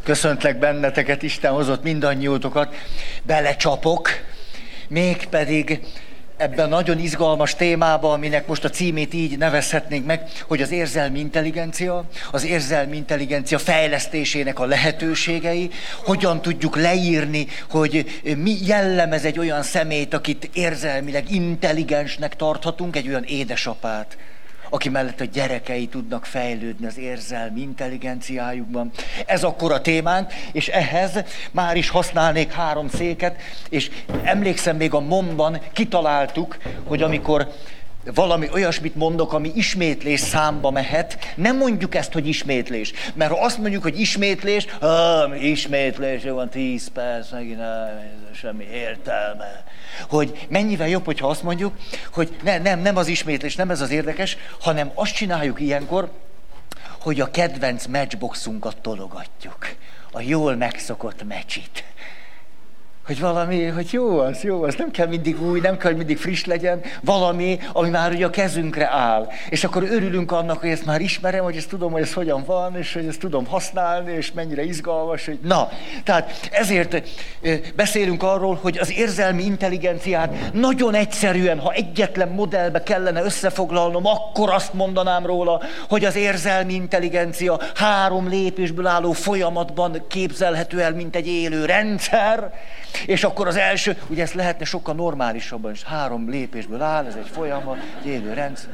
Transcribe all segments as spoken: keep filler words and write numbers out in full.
Köszöntlek benneteket, Isten hozott mindannyiótokat, belecsapok, mégpedig ebben nagyon izgalmas témában, aminek most a címét így nevezhetnénk meg, hogy az érzelmi intelligencia, az érzelmi intelligencia fejlesztésének a lehetőségei, hogyan tudjuk leírni, hogy mi jellemez egy olyan személyt, akit érzelmileg intelligensnek tarthatunk, egy olyan édesapát, aki mellett a gyerekei tudnak fejlődni az érzelmi intelligenciájukban. Ez akkor a témánk, és ehhez már is használnék három széket, és emlékszem, még a momban kitaláltuk, hogy amikor valami olyasmit mondok, ami ismétlés számba mehet, nem mondjuk ezt, hogy ismétlés. Mert ha azt mondjuk, hogy ismétlés, ah, ismétlés, jó van tíz perc, megint ah, semmi értelme. Hogy mennyivel jobb, hogyha azt mondjuk, hogy ne, nem, nem az ismétlés, nem ez az érdekes, hanem azt csináljuk ilyenkor, hogy a kedvenc matchboxunkat tologatjuk. A jól megszokott meccsit. Hogy valami, hogy jó az, jó az, nem kell mindig új, nem kell, hogy mindig friss legyen, valami, ami már ugye a kezünkre áll. És akkor örülünk annak, hogy ezt már ismerem, hogy ezt tudom, hogy ez hogyan van, és hogy ezt tudom használni, és mennyire izgalmas, hogy na. Tehát ezért beszélünk arról, hogy az érzelmi intelligenciát nagyon egyszerűen, ha egyetlen modellbe kellene összefoglalnom, akkor azt mondanám róla, hogy az érzelmi intelligencia három lépésből álló folyamatban képzelhető el, mint egy élő rendszer. És akkor az első, ugye ezt lehetne sokkal normálisabban is, három lépésből áll, ez egy folyamat, egy élő rendszer.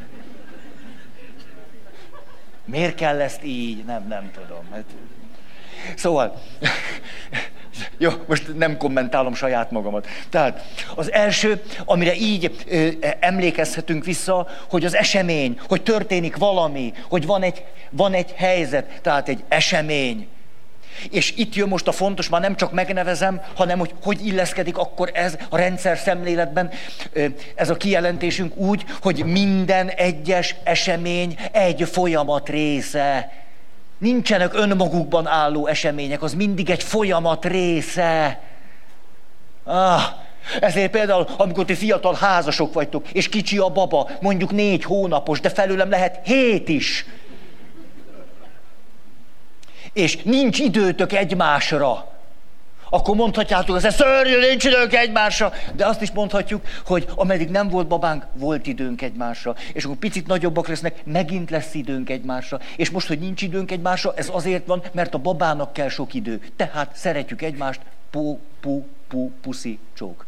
Miért kell ezt így? Nem, nem tudom. Hát... Szóval, jó, most nem kommentálom saját magamat. Tehát az első, amire így ö, emlékezhetünk vissza, hogy az esemény, hogy történik valami, hogy van egy, van egy helyzet, tehát egy esemény. És itt jön most a fontos, már nem csak megnevezem, hanem hogy hogy illeszkedik akkor ez a rendszer szemléletben, ez a kijelentésünk úgy, hogy minden egyes esemény egy folyamat része. Nincsenek önmagukban álló események, az mindig egy folyamat része. Ah, ezért például, amikor ti fiatal házasok vagytok, és kicsi a baba, mondjuk négy hónapos, de felőlem lehet hét is. És nincs időtök egymásra, akkor mondhatjátok, ez szörnyű, nincs időnk egymásra, de azt is mondhatjuk, hogy ameddig nem volt babánk, volt időnk egymásra, és akkor picit nagyobbak lesznek, megint lesz időnk egymásra, és most, hogy nincs időnk egymásra, ez azért van, mert a babának kell sok idő, tehát szeretjük egymást, pu, pu, pu, puszi, csók.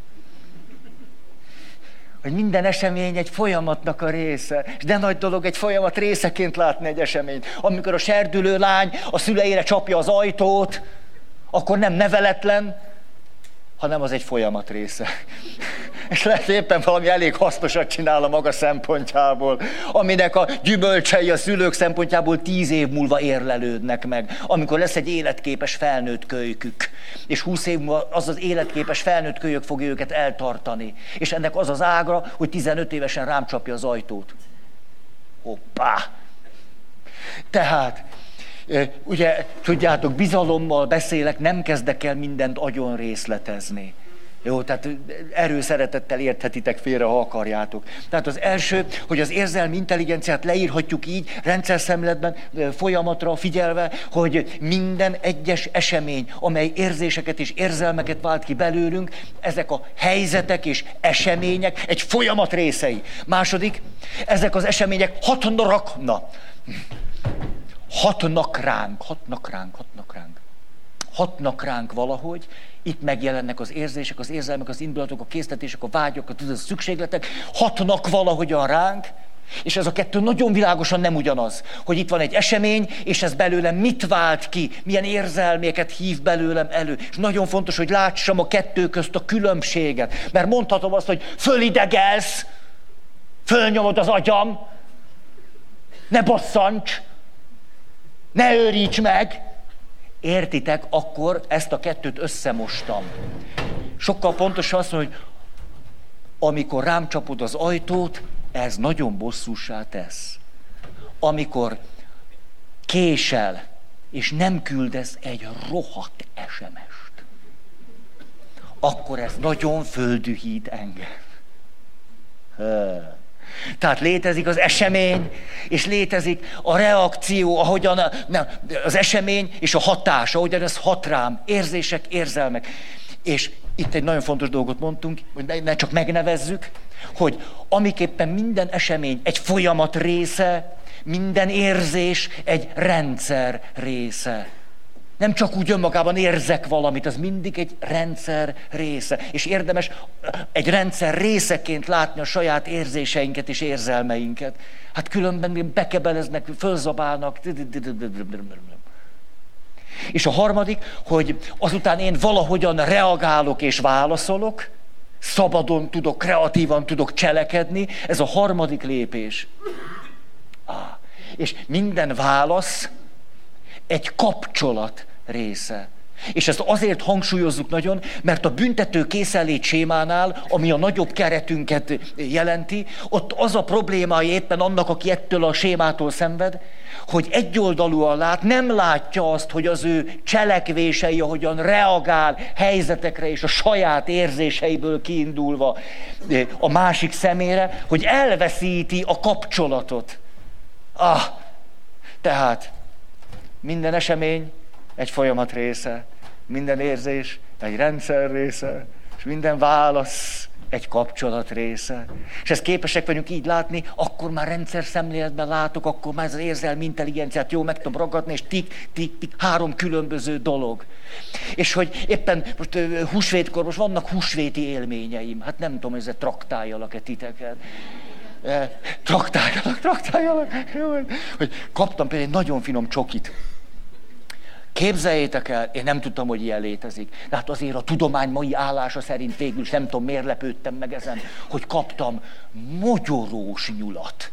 Hogy minden esemény egy folyamatnak a része. És de nagy dolog egy folyamat részeként látni egy eseményt. Amikor a serdülő lány a szüleire csapja az ajtót, akkor nem neveletlen, hanem az egy folyamat része. És lehet éppen valami elég hasznosat csinál a maga szempontjából, aminek a gyümölcsei a szülők szempontjából tíz év múlva érlelődnek meg, amikor lesz egy életképes felnőtt kölykük. És húsz év múlva az az életképes felnőtt kölyök fogja őket eltartani. És ennek az az ágra, hogy tizenöt évesen rám csapja az ajtót. Hoppá! Tehát... Ugye, tudjátok, bizalommal beszélek, nem kezdek el mindent agyon részletezni. Jó, tehát erőszeretettel érthetitek félre, ha akarjátok. Tehát az első, hogy az érzelmi intelligenciát leírhatjuk így, rendszerszemléletben folyamatra figyelve, hogy minden egyes esemény, amely érzéseket és érzelmeket vált ki belőlünk, ezek a helyzetek és események egy folyamat részei. Második, ezek az események hatnak rakna. Hatnak ránk, hatnak ránk, hatnak ránk. Hatnak ránk valahogy, itt megjelennek az érzések, az érzelmek, az indulatok, a késztetések, a vágyak, a szükségletek, hatnak valahogyan ránk, és ez a kettő nagyon világosan nem ugyanaz, hogy itt van egy esemény, és ez belőlem mit vált ki, milyen érzelméket hív belőlem elő. És nagyon fontos, hogy lássam a kettő közt a különbséget, mert mondhatom azt, hogy fölidegelsz, fölnyomod az agyam, ne bosszants, ne őríts meg! Értitek, akkor ezt a kettőt összemostam. Sokkal pontosan azt mondja, hogy amikor rám csapod az ajtót, ez nagyon bosszússá tesz. Amikor késel, és nem küldesz egy rohadt es em est, akkor ez nagyon földühít engem. Tehát létezik az esemény, és létezik a reakció, ahogyan a, nem, az esemény és a hatás, ahogyan ez hat rám, érzések, érzelmek. És itt egy nagyon fontos dolgot mondtunk, hogy ne, ne csak megnevezzük, hogy amiképpen minden esemény egy folyamat része, minden érzés egy rendszer része. Nem csak úgy önmagában érzek valamit, az mindig egy rendszer része. És érdemes egy rendszer részeként látni a saját érzéseinket és érzelmeinket. Hát különben bekebeleznek, fölzabálnak. És a harmadik, hogy azután én valahogyan reagálok és válaszolok, szabadon tudok, kreatívan tudok cselekedni, ez a harmadik lépés. Ah, és minden válasz egy kapcsolat része. És ezt azért hangsúlyozzuk nagyon, mert a büntető készenlét sémánál, ami a nagyobb keretünket jelenti, ott az a problémája éppen annak, aki ettől a sémától szenved, hogy egyoldalúan lát, nem látja azt, hogy az ő cselekvései, ahogyan reagál helyzetekre és a saját érzéseiből kiindulva a másik szemére, hogy elveszíti a kapcsolatot. Ah, tehát minden esemény egy folyamat része, minden érzés egy rendszer része, és minden válasz egy kapcsolat része. És ezt képesek vagyunk így látni, akkor már rendszer szemléletben látok, akkor már ez az érzelmi intelligenciát jó meg tudom ragadni, és tik, tik, tik, három különböző dolog. És hogy éppen most húsvétkor, most vannak húsvéti élményeim, hát nem tudom, hogy ezzel traktáljalak-e titeket. Traktáljalak, traktáljalak. Hogy kaptam például egy nagyon finom csokit. Képzeljétek el, én nem tudtam, hogy ilyen létezik. De hát azért a tudomány mai állása szerint végül is nem tudom, miért lepődtem meg ezen, hogy kaptam mogyorós nyulat.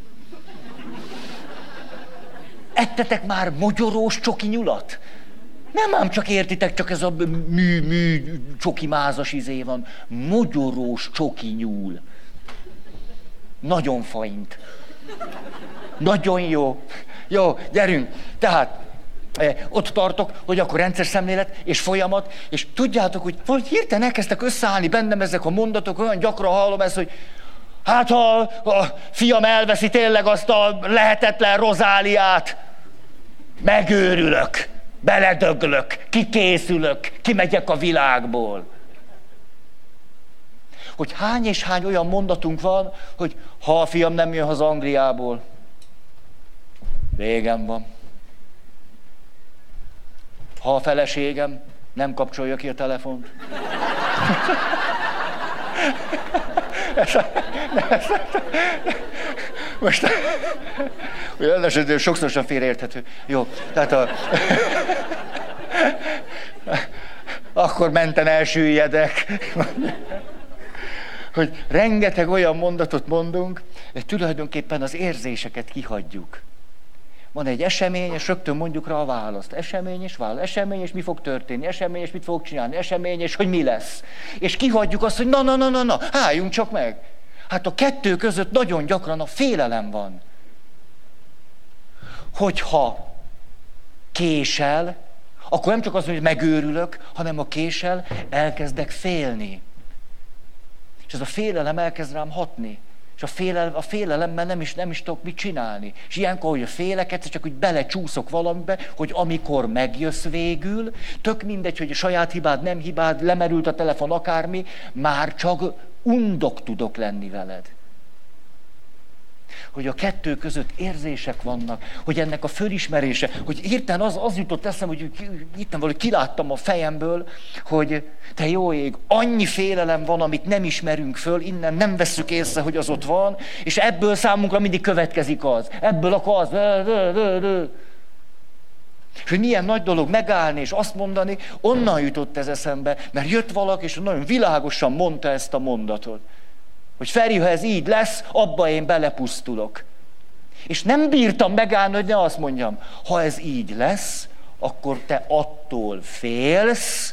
Ettetek már mogyorós csoki nyulat? Nem ám csak értitek, csak ez a mű, mű, csoki mázas izé van. Mogyorós csoki nyúl. Nagyon faint. Nagyon jó. Jó, gyerünk. Tehát, ott tartok, hogy akkor rendszer szemlélet és folyamat, és tudjátok, hogy valahogy hirtelen elkezdtek összeállni bennem ezek a mondatok, olyan gyakran hallom ezt, hogy hát ha a fiam elveszi tényleg azt a lehetetlen rozáliát, megőrülök, beledöglök, kikészülök, kimegyek a világból. Hogy hány és hány olyan mondatunk van, hogy ha a fiam nem jön haza Angliából, régen van. Ha a feleségem nem kapcsolja ki a telefont. Most, olyan esetben sokszorosan félreérthető. Jó, tehát a... akkor menten elsüllyedek. Hogy rengeteg olyan mondatot mondunk, hogy tulajdonképpen az érzéseket kihagyjuk. Van egy esemény, és rögtön mondjuk rá a választ. Esemény és válasz. Esemény, és mi fog történni. Esemény, és mit fogok csinálni. Esemény, és hogy mi lesz. És kihagyjuk azt, hogy na, na, na, na, na, álljunk csak meg. Hát a kettő között nagyon gyakran a félelem van. Hogyha késel, akkor nem csak az, hogy megőrülök, hanem a késel, elkezdek félni. És ez a félelem elkezd rám hatni. És a, félel, a félelemmel nem is, nem is tudok mit csinálni. És ilyenkor, hogy a féleket, csak úgy belecsúszok valamibe, hogy amikor megjössz végül, tök mindegy, hogy a saját hibád, nem hibád, lemerült a telefon, akármi, már csak undok tudok lenni veled. Hogy a kettő között érzések vannak, hogy ennek a fölismerése, hogy hirtelen az, az jutott eszem, hogy itt valahogy kiláttam a fejemből, hogy te jó ég, annyi félelem van, amit nem ismerünk föl, innen nem vesszük észre, hogy az ott van, és ebből számunkra mindig következik az. Ebből akkor az. És hogy milyen nagy dolog megállni és azt mondani, onnan jutott ez eszembe, mert jött valaki, és nagyon világosan mondta ezt a mondatot. Hogy Feri, ha ez így lesz, abba én belepusztulok. És nem bírtam megállni, hogy ne azt mondjam, ha ez így lesz, akkor te attól félsz,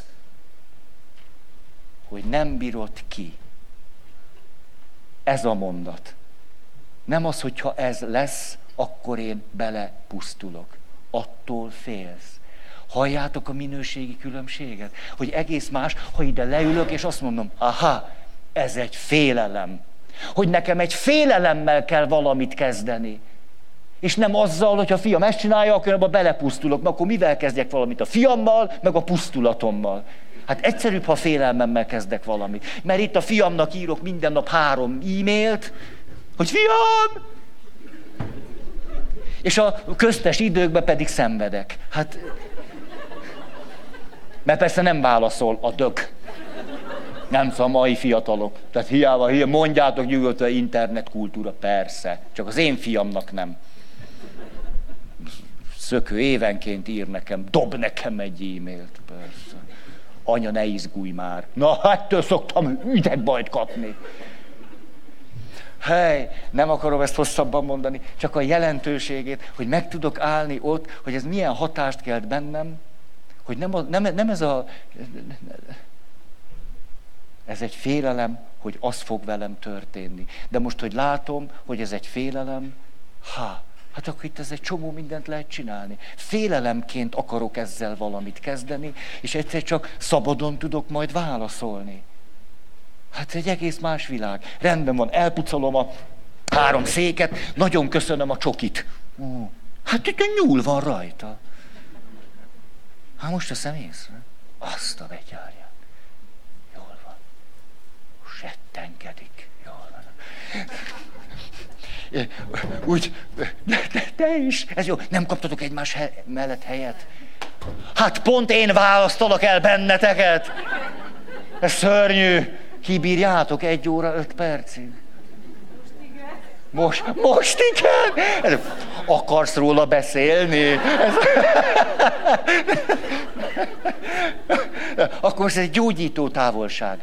hogy nem bírod ki. Ez a mondat. Nem az, hogy ha ez lesz, akkor én belepusztulok. Attól félsz. Halljátok a minőségi különbséget? Hogy egész más, ha ide leülök, és azt mondom, aha, ez egy félelem. Hogy nekem egy félelemmel kell valamit kezdeni. És nem azzal, hogy a fiam ezt csinálja, akkor abba belepusztulok. Mert akkor mivel kezdjek valamit? A fiammal, meg a pusztulatommal. Hát egyszerűbb, ha félelmemmel kezdek valamit. Mert itt a fiamnak írok minden nap három e-mailt, hogy fiam! És a köztes időkben pedig szenvedek. Hát... Mert persze nem válaszol a dög. Nem szóval a mai fiatalok. Tehát hiába, hiába mondjátok nyugodtan, internetkultúra, persze. Csak az én fiamnak nem. Szökő évenként ír nekem, dob nekem egy e-mailt, persze. Anya, ne izgulj már. Na, ettől szoktam üdegbajt kapni. Hely, nem akarom ezt hosszabban mondani, csak a jelentőségét, hogy meg tudok állni ott, hogy ez milyen hatást kelt bennem, hogy nem, a, nem, nem ez a... Ez egy félelem, hogy az fog velem történni. De most, hogy látom, hogy ez egy félelem, ha, hát akkor itt ez egy csomó mindent lehet csinálni. Félelemként akarok ezzel valamit kezdeni, és egyszer csak szabadon tudok majd válaszolni. Hát egy egész más világ. Rendben van, elpucolom a három széket, nagyon köszönöm a csokit. Hát itt a nyúl van rajta. Hát most veszem észre. Azt a betyárját. Jól van. Settenkedik. Jól van. Úgy, de, de, te is. Ez jó. Nem kaptatok egymás he- mellett helyet? Hát pont én választalak el benneteket. Ez szörnyű. Kibírjátok egy óra öt percig? Most, most igen? Akarsz róla beszélni? Ez... Akkor ez egy gyógyító távolság.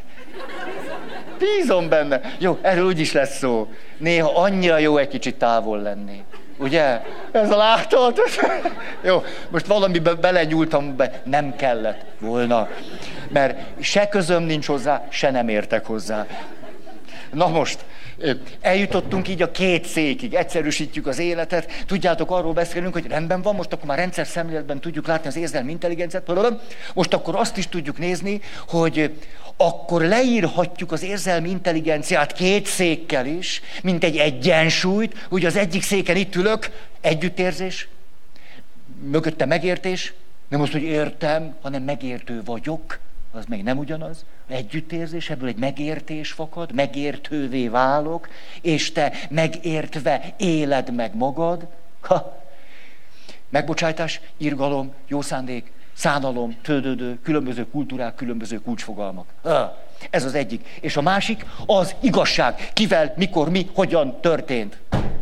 Bízom benne. Jó, erről úgyis lesz szó. Néha annyira jó egy kicsit távol lenni. Ugye? Ez a látod? Jó, most valamiben belenyúltam be. Nem kellett volna. Mert se közöm nincs hozzá, se nem értek hozzá. Na most, eljutottunk így a két székig, egyszerűsítjük az életet, tudjátok, arról beszélünk, hogy rendben van, most akkor már rendszer szemléletben tudjuk látni az érzelmi intelligenciát, most akkor azt is tudjuk nézni, hogy akkor leírhatjuk az érzelmi intelligenciát két székkel is, mint egy egyensúlyt, ugye az egyik széken itt ülök, együttérzés, mögötte megértés, nem azt, hogy értem, hanem megértő vagyok, az még nem ugyanaz. Együttérzés, ebből egy megértés fakad, megértővé válok, és te megértve éled meg magad. Ha. Megbocsájtás, irgalom, jó szándék, szánalom, tődődő, különböző kultúrák, különböző kulcsfogalmak. Ha. Ez az egyik. És a másik az igazság. Kivel, mikor, mi, hogyan történt.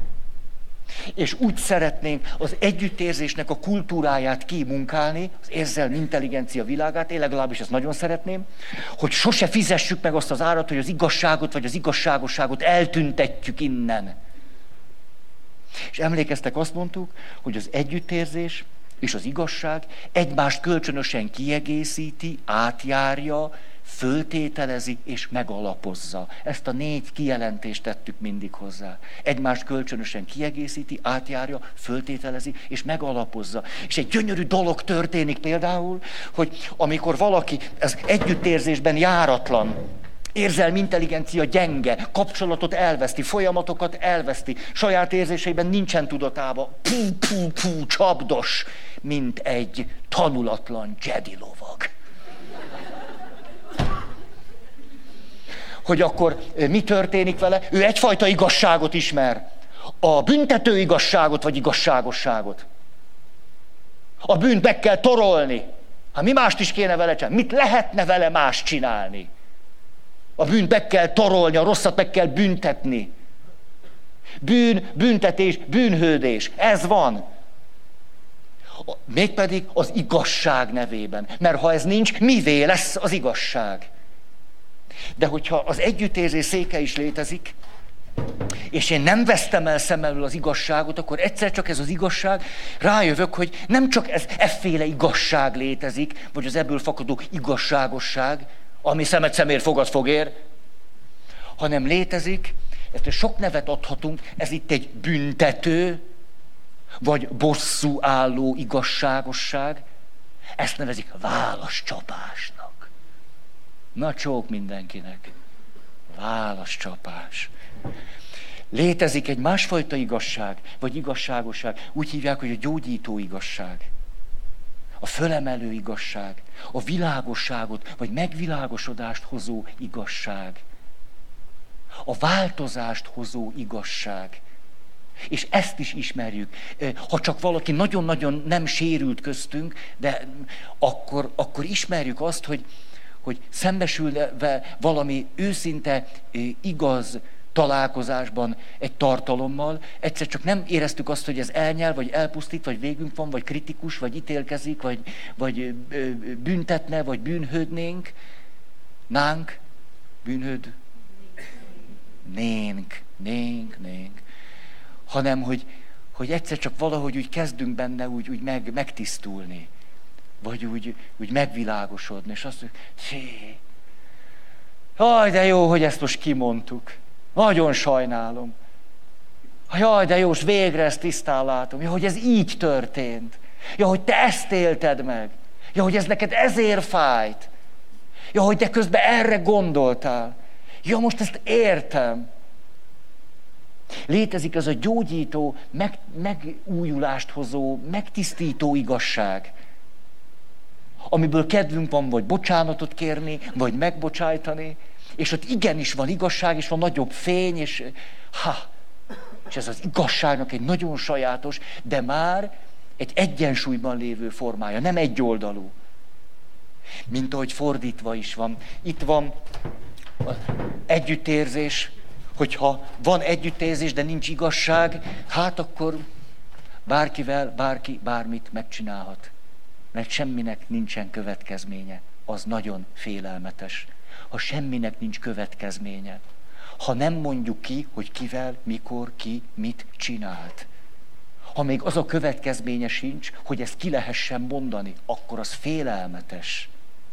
És úgy szeretnénk az együttérzésnek a kultúráját kimunkálni, az érzelmi intelligencia világát, én legalábbis ezt nagyon szeretném, hogy sose fizessük meg azt az árat, hogy az igazságot vagy az igazságosságot eltüntetjük innen. És emlékeztek, azt mondtuk, hogy az együttérzés és az igazság egymást kölcsönösen kiegészíti, átjárja, föltételezi és megalapozza. Ezt a négy kijelentést tettük mindig hozzá. Egymást kölcsönösen kiegészíti, átjárja, föltételezi és megalapozza. És egy gyönyörű dolog történik például, hogy amikor valaki ez együttérzésben járatlan, érzelmi intelligencia gyenge, kapcsolatot elveszti, folyamatokat elveszti, saját érzéseiben nincsen tudatában, pú, pú, pú, csapdos, mint egy tanulatlan Jedi lovag. Hogy akkor mi történik vele? Ő egyfajta igazságot ismer. A büntető igazságot vagy igazságosságot. A bűnt meg kell torolni. Hát mi mást is kéne vele csinálni? Mit lehetne vele más csinálni? A bűnt meg kell torolni, a rosszat meg kell büntetni. Bűn, büntetés, bűnhődés. Ez van. Mégpedig az igazság nevében. Mert ha ez nincs, mivé lesz az igazság? De hogyha az együttérzés széke is létezik, és én nem vesztem el szem elől az igazságot, akkor egyszer csak ez az igazság, rájövök, hogy nem csak ez efféle igazság létezik, vagy az ebből fakadó igazságosság, ami szemet szemér, fogad fogér, hanem létezik, ezt sok nevet adhatunk, ez itt egy büntető, vagy bosszú álló igazságosság, ezt nevezik válaszcsapásnak. Na csók mindenkinek. Válaszcsapás. Létezik egy másfajta igazság, vagy igazságosság. Úgy hívják, hogy a gyógyító igazság. A fölemelő igazság. A világosságot, vagy megvilágosodást hozó igazság. A változást hozó igazság. És ezt is ismerjük. Ha csak valaki nagyon-nagyon nem sérült köztünk, de akkor, akkor ismerjük azt, hogy, hogy szembesülve valami őszinte, igaz találkozásban egy tartalommal, egyszer csak nem éreztük azt, hogy ez elnyel, vagy elpusztít, vagy végünk van, vagy kritikus, vagy ítélkezik, vagy, vagy büntetne, vagy bűnhődnénk. Nánk, bűnhöd, nénk, nénk, nénk. Hanem, hogy, hogy egyszer csak valahogy úgy kezdünk benne úgy, úgy meg, megtisztulni. Vagy úgy, úgy megvilágosodni. És azt mondjuk, szé, jaj, de jó, hogy ezt most kimondtuk. Nagyon sajnálom. Jaj, de jó, most végre ezt tisztán látom. Ja, hogy ez így történt. Ja, hogy te ezt élted meg. Ja, hogy ez neked ezért fájt. Ja, hogy te közben erre gondoltál. Ja, most ezt értem. Létezik ez a gyógyító, meg, megújulást hozó, megtisztító igazság, amiből kedvünk van, vagy bocsánatot kérni, vagy megbocsájtani, és ott igenis van igazság, és van nagyobb fény, és ha, és ez az igazságnak egy nagyon sajátos, de már egy egyensúlyban lévő formája, nem egyoldalú. Mint ahogy fordítva is van. Itt van az együttérzés, hogyha van együttérzés, de nincs igazság, hát akkor bárkivel, bárki bármit megcsinálhat. Mert semminek nincsen következménye. Az nagyon félelmetes. Ha semminek nincs következménye. Ha nem mondjuk ki, hogy kivel, mikor, ki, mit csinált. Ha még az a következménye sincs, hogy ezt ki lehessen mondani, akkor az félelmetes.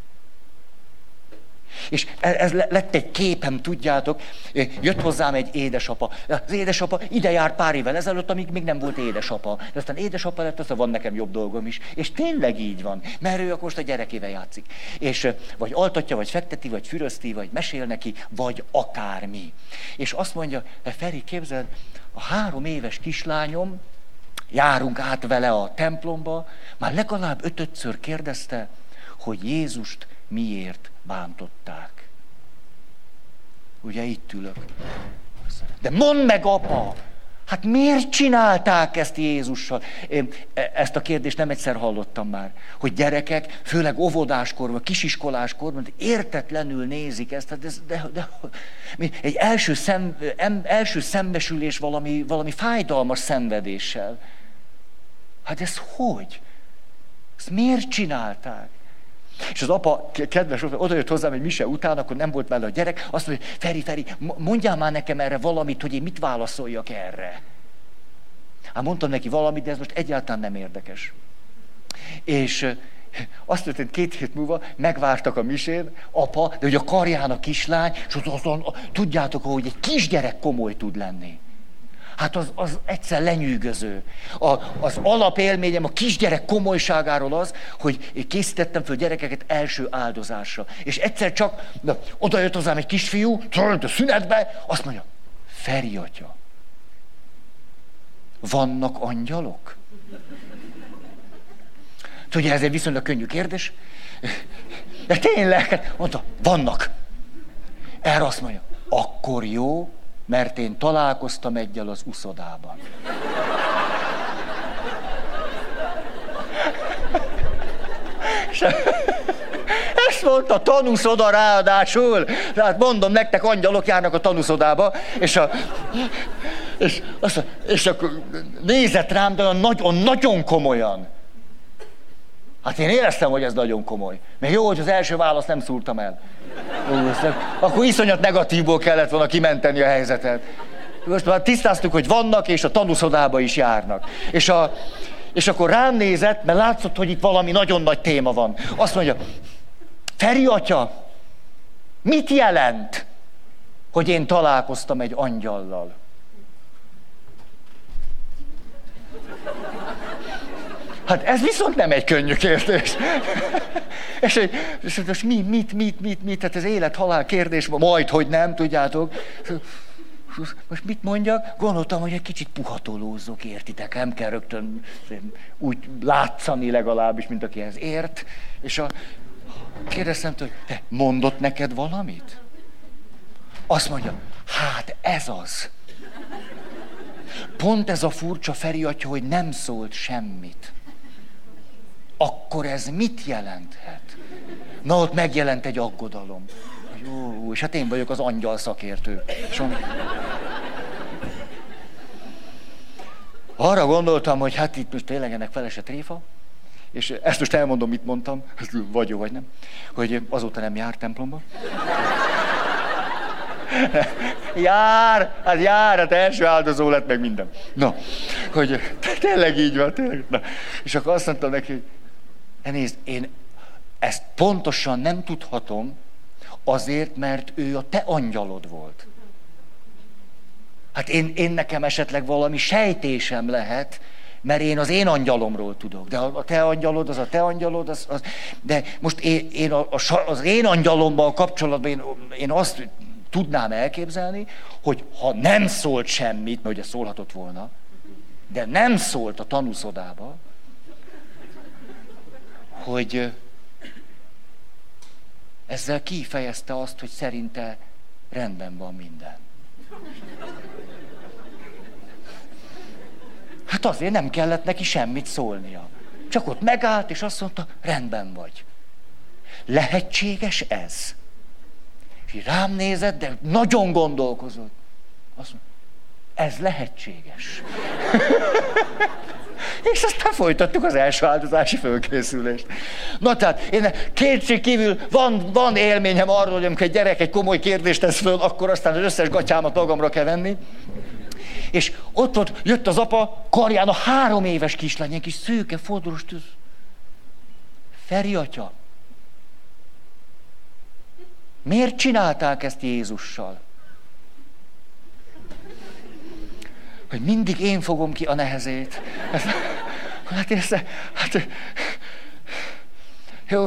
És ez lett egy képem, tudjátok, jött hozzám egy édesapa. Az édesapa ide jár pár évvel ezelőtt, amíg még nem volt édesapa. De aztán édesapa lett, aztán van nekem jobb dolgom is. És tényleg így van, mert ő akkor most a gyerekével játszik. És vagy altatja, vagy fekteti, vagy fürözti, vagy mesél neki, vagy akármi. És azt mondja, Feri, képzeld, a három éves kislányom, járunk át vele a templomba, már legalább ötödször kérdezte, hogy Jézust miért bántották. Ugye itt ülök. De mondd meg, apa! Hát miért csinálták ezt Jézussal? Én ezt a kérdést nem egyszer hallottam már, hogy gyerekek, főleg óvodáskorban, kisiskoláskorban értetlenül nézik ezt, de, de, de egy első, szem, első szembesülés valami, valami fájdalmas szenvedéssel. Hát ez hogy? Ezt miért csinálták? És az apa, kedves, oda jött hozzám egy mise után, akkor nem volt vele a gyerek, azt mondja, Feri, Feri, mondjál már nekem erre valamit, hogy én mit válaszoljak erre. Hát mondtam neki valamit, de ez most egyáltalán nem érdekes. És azt történt, két hét múlva megvártak a misén, apa, de hogy a karján a kislány, és azon, tudjátok, hogy egy kisgyerek komoly tud lenni. Hát az, az egyszer lenyűgöző. A, az alapélményem a kisgyerek komolyságáról az, hogy készítettem föl gyerekeket első áldozásra. És egyszer csak na, oda jött hozzám egy kisfiú, a szünetbe, azt mondja, Feri atya, vannak angyalok? Tudja, ez egy viszonylag könnyű kérdés. De tényleg, mondta, vannak. Erre azt mondja, akkor jó, mert én találkoztam egyel az uszodában. Ezt mondta, tanúszoda ráadásul. Tehát mondom, nektek angyalok járnak a tanúszodába, és, a, és, azt, és akkor nézett rám, de nagyon, nagyon komolyan. Hát én éreztem, hogy ez nagyon komoly. Mert jó, hogy az első választ nem szúrtam el. Akkor iszonyat negatívból kellett volna kimenteni a helyzetet. Most már tisztáztuk, hogy vannak, és a tanúszodába is járnak. És, a, és akkor rám nézett, mert látszott, hogy itt valami nagyon nagy téma van. Azt mondja, Feri atya, mit jelent, hogy én találkoztam egy angyallal? Hát ez viszont nem egy könnyű kérdés. És, hogy, és most mi, mit, mit, mit, mit, tehát ez élet-halál kérdés, majd, hogy nem, tudjátok. Most mit mondjak? Gondoltam, hogy egy kicsit puhatolózzok, értitek? Nem kell rögtön úgy látszani legalábbis, mint akihez ért. És a, kérdeztem tőle, hogy te mondott neked valamit? Azt mondja, hát ez az. Pont ez a furcsa Feri atya, hogy nem szólt semmit. Akkor ez mit jelenthet? Na, ott megjelent egy aggodalom. Jó, és hát én vagyok az angyal szakértő. Som... Arra gondoltam, hogy hát itt most tényleg ennek felesett tréfa, és ezt most elmondom, mit mondtam, vagy jó, vagy nem, hogy azóta nem jár templomba. Jár, hát jár, hát első áldozó lett meg minden. Na, hogy tényleg így van, tényleg. Na. És akkor azt mondtam neki, hogy nézd, én ezt pontosan nem tudhatom, azért, mert ő a te angyalod volt. Hát én, én nekem esetleg valami sejtésem lehet, mert én az én angyalomról tudok. De a te angyalod, az a te angyalod, az... az de most én, én a, a, az én angyalommal kapcsolatban én, én azt tudnám elképzelni, hogy ha nem szólt semmit, mert ugye szólhatott volna, de nem szólt a tanúszodába, hogy ezzel kifejezte azt, hogy szerinte rendben van minden. Hát azért nem kellett neki semmit szólnia. Csak ott megállt, és azt mondta, rendben vagy. Lehetséges ez? És így rám nézett, de nagyon gondolkozott. Azt mondta, ez lehetséges. És aztán folytattuk az első áldozási fölkészülést. Na tehát, én kétség kívül van, van élményem arról, hogy amikor egy gyerek egy komoly kérdést tesz föl, akkor aztán az összes gatyámat magamra kell venni. És ott volt, jött az apa, karján a három éves kislány, egy kis szőke, fodros tűz. Feri atya, miért csinálták ezt Jézussal? Hogy mindig én fogom ki a nehezét. Hát érsze, hát... Jó,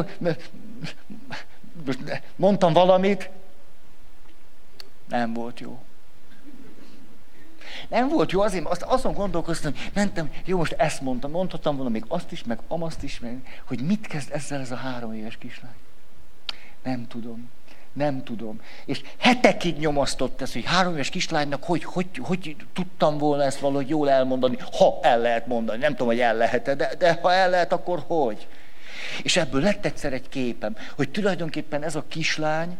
mondtam valamit, nem volt jó. Nem volt jó, azért azt, azon gondolkoztam, mentem, jó, most ezt mondtam, mondhattam volna még azt is, meg amazt is, meg, hogy mit kezd ezzel ez a három éves kislány. Nem tudom. Nem tudom. És hetekig nyomasztott ez, hogy három éves kislánynak hogy, hogy, hogy tudtam volna ezt valahogy jól elmondani, ha el lehet mondani. Nem tudom, hogy el lehet, de, de ha el lehet, akkor hogy? És ebből lett egyszer egy képem, hogy tulajdonképpen ez a kislány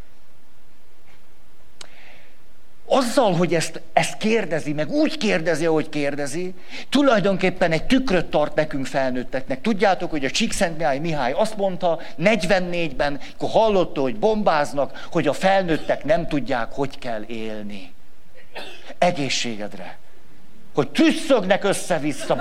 azzal, hogy ezt, ezt kérdezi, meg úgy kérdezi, ahogy kérdezi, tulajdonképpen egy tükröt tart nekünk felnőtteknek. Tudjátok, hogy a Csíkszentmihalyi Mihály azt mondta negyvennégyben, akkor hallotta, hogy bombáznak, hogy a felnőttek nem tudják, hogy kell élni. Egészségedre. Hogy trüsszögnek össze-vissza.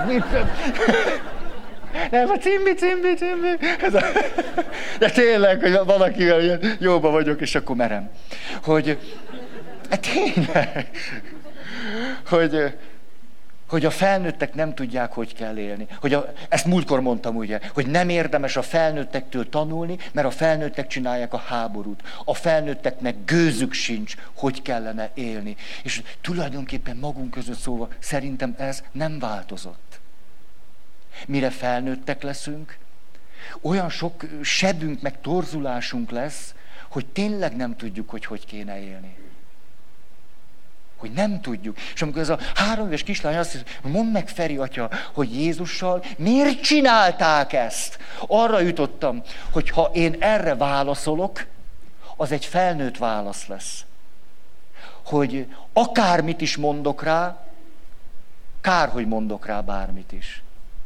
Nem, a cimbi, cimbi, cimbi. De tényleg, hogy valakivel ilyen jóba vagyok, és akkor merem. Hogy... Hát tényleg, hogy, hogy a felnőttek nem tudják, hogy kell élni. Hogy a, ezt múltkor mondtam ugye, hogy nem érdemes a felnőttektől tanulni, mert a felnőttek csinálják a háborút. A felnőtteknek gőzük sincs, hogy kellene élni. És tulajdonképpen magunk között szóval szerintem ez nem változott. Mire felnőttek leszünk, olyan sok sebünk meg torzulásunk lesz, hogy tényleg nem tudjuk, hogy hogy kéne élni. Hogy nem tudjuk. És amikor ez a három éves kislány azt hiszi, mondd meg, Feri atya, hogy Jézussal miért csinálták ezt? Arra jutottam, hogy ha én erre válaszolok, az egy felnőtt válasz lesz. Hogy akármit is mondok rá, kár, hogy mondok rá bármit is.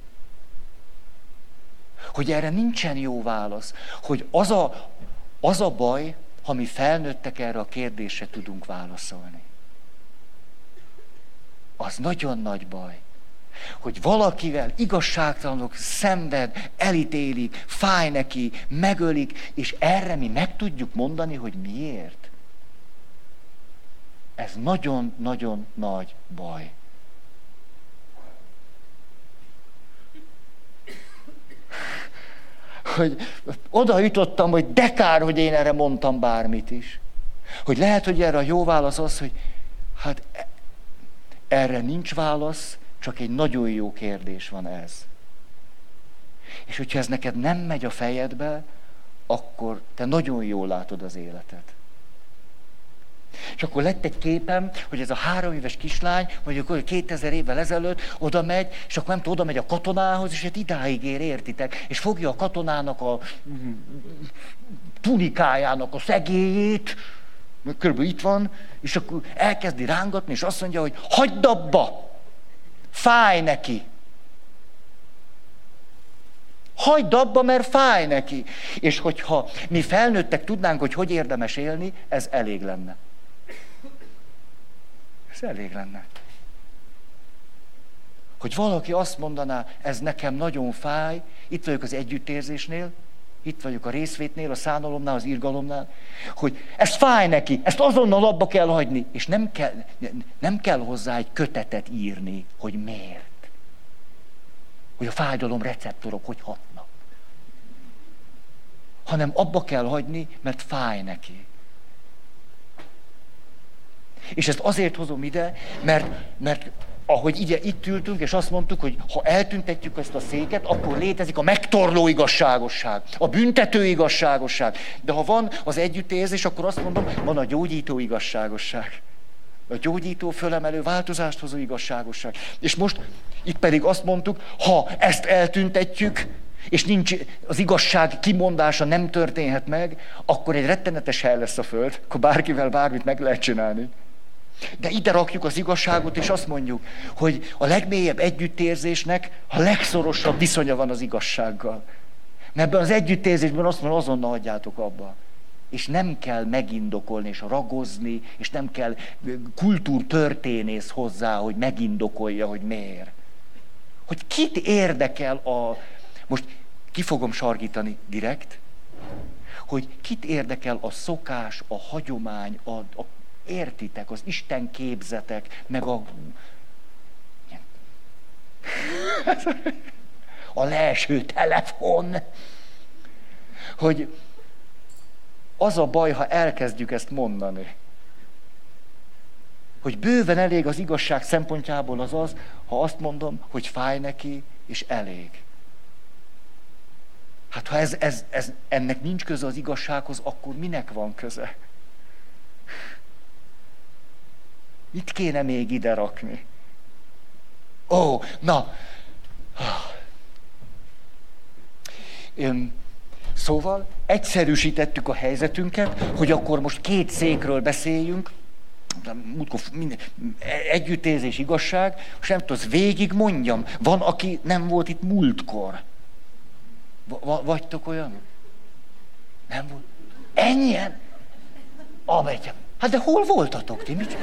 Hogy erre nincsen jó válasz. Hogy az a, az a baj, ha mi felnőttek erre a kérdésre tudunk válaszolni. Az nagyon nagy baj, hogy valakivel igazságtalanok szenved, elítélik, fáj neki, megölik, és erre mi meg tudjuk mondani, hogy miért. Ez nagyon-nagyon nagy baj. hogy oda jutottam, hogy de kár, hogy én erre mondtam bármit is. Hogy lehet, hogy erre a jó válasz az, hogy hát erre nincs válasz, csak egy nagyon jó kérdés van ez. És hogyha ez neked nem megy a fejedbe, akkor te nagyon jól látod az életet. És akkor lett egy képem, hogy ez a három éves kislány, mondjuk kétezer évvel ezelőtt oda megy, és akkor nem tudom, oda megy a katonához, és hát idáig ér, értitek, és fogja a katonának a tunikájának a szegélyét, körülbelül itt van, és akkor elkezdi rángatni, és azt mondja, hogy hagyd abba, fáj neki. Hagyd abba, mert fáj neki. És hogyha mi felnőttek tudnánk, hogy hogy érdemes élni, ez elég lenne. Ez elég lenne. Hogy valaki azt mondaná, ez nekem nagyon fáj, itt vagyok az együttérzésnél, itt vagyok a részvétnél, a szánalomnál, az irgalomnál, hogy ez fáj neki, ezt azonnal abba kell hagyni, és nem kell, nem kell hozzá egy kötetet írni, hogy miért. Hogy a fájdalom receptorok hogy hatnak. Hanem abba kell hagyni, mert fáj neki. És ezt azért hozom ide, mert, mert ahogy ide, itt ültünk, és azt mondtuk, hogy ha eltüntetjük ezt a széket, akkor létezik a megtorló igazságosság, a büntető igazságosság. De ha van az együttérzés, akkor azt mondom, van a gyógyító igazságosság. A gyógyító, fölemelő, változást hozó igazságosság. És most itt pedig azt mondtuk, ha ezt eltüntetjük, és nincs, az igazság kimondása nem történhet meg, akkor egy rettenetes hely lesz a föld, akkor bárkivel bármit meg lehet csinálni. De ide rakjuk az igazságot, és azt mondjuk, hogy a legmélyebb együttérzésnek a legszorosabb viszonya van az igazsággal. Mert ebben az együttérzésben azt mondom, azonnal hagyjátok abba. És nem kell megindokolni, és ragozni, és nem kell kultúrtörténész hozzá, hogy megindokolja, hogy miért. Hogy kit érdekel a... Most ki fogom sarkítani direkt, hogy kit érdekel a szokás, a hagyomány, a, a értitek, az Isten képzetek, meg a... a leeső telefon. Hogy az a baj, ha elkezdjük ezt mondani. Hogy bőven elég az igazság szempontjából az az, ha azt mondom, hogy fáj neki, és elég. Hát ha ez, ez, ez, ennek nincs köze az igazsághoz, akkor minek van köze? Mit kéne még ide rakni? Ó, na. Öm, szóval egyszerűsítettük a helyzetünket, hogy akkor most két székről beszéljünk, együttérzés, igazság, és nem tudom, végig mondjam, van, aki nem volt itt múltkor. V- vagytok olyan? Nem volt? Ennyien? Amegy. Hát de hol voltatok ti? Mit?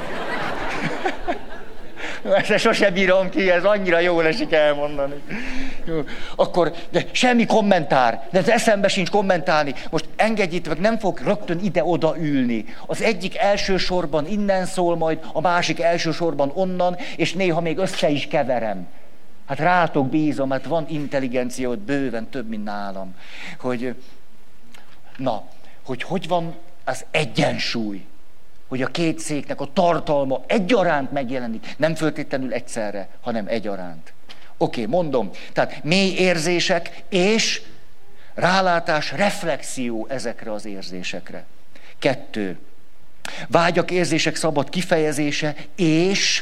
Ezt sosem bírom ki, ez annyira jól esik elmondani. Jó. Akkor, de semmi kommentár, de ez eszembe sincs kommentálni. Most engedjétek meg, nem fog rögtön ide-oda ülni. Az egyik elsősorban innen szól majd, a másik elsősorban onnan, és néha még össze is keverem. Hát rátok bízom, mert van intelligencia ott bőven több, mint nálam. Hogy, na, hogy hogy van az egyensúly. Hogy a két széknek a tartalma egyaránt megjelenik. Nem föltétlenül egyszerre, hanem egyaránt. Oké, okay, mondom. Tehát mély érzések és rálátás, reflexió ezekre az érzésekre. Kettő. Vágyak, érzések szabad kifejezése, és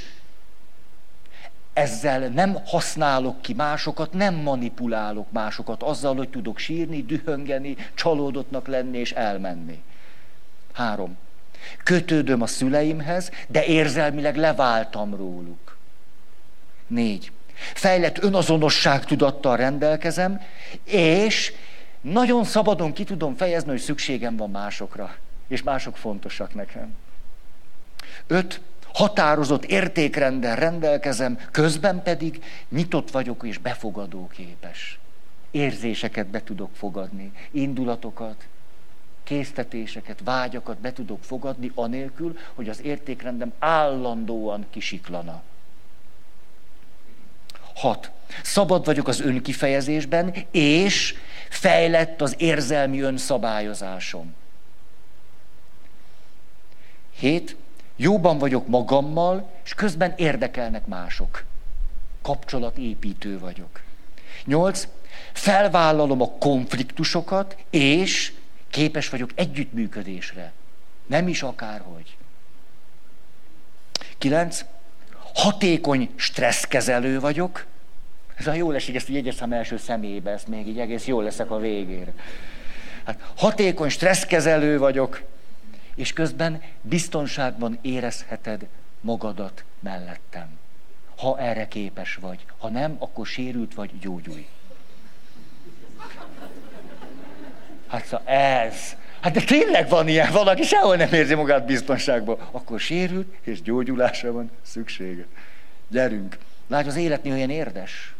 ezzel nem használok ki másokat, nem manipulálok másokat azzal, hogy tudok sírni, dühöngeni, csalódottnak lenni és elmenni. Három. Kötődöm a szüleimhez, de érzelmileg leváltam róluk. Négy. Fejlett önazonosságtudattal rendelkezem, és nagyon szabadon ki tudom fejezni, hogy szükségem van másokra, és mások fontosak nekem. Öt. Határozott értékrenddel rendelkezem, közben pedig nyitott vagyok és befogadóképes. Érzéseket be tudok fogadni, indulatokat, késztetéseket, vágyakat be tudok fogadni, anélkül, hogy az értékrendem állandóan kisiklana. Hat. Szabad vagyok az önkifejezésben, és Fejlett az érzelmi önszabályozásom. Hét. Jóban vagyok magammal, és közben érdekelnek mások. Kapcsolatépítő vagyok. Nyolc. Felvállalom a konfliktusokat, és képes vagyok együttműködésre. Nem is akárhogy. Kilenc. Hatékony stresszkezelő vagyok. Ez olyan jól esik, ezt így jegyeztem első személybe, ezt még így egész jól leszek a végére. Hát, hatékony stresszkezelő vagyok, és közben biztonságban érezheted magadat mellettem. Ha erre képes vagy. Ha nem, akkor sérült vagy, gyógyulj. Hát szóval ez. Hát de tényleg van ilyen, valaki sehol nem érzi magát biztonságban. Akkor sérült, és gyógyulásra van szüksége. Gyerünk. Látj, az élet néha ilyen érdes.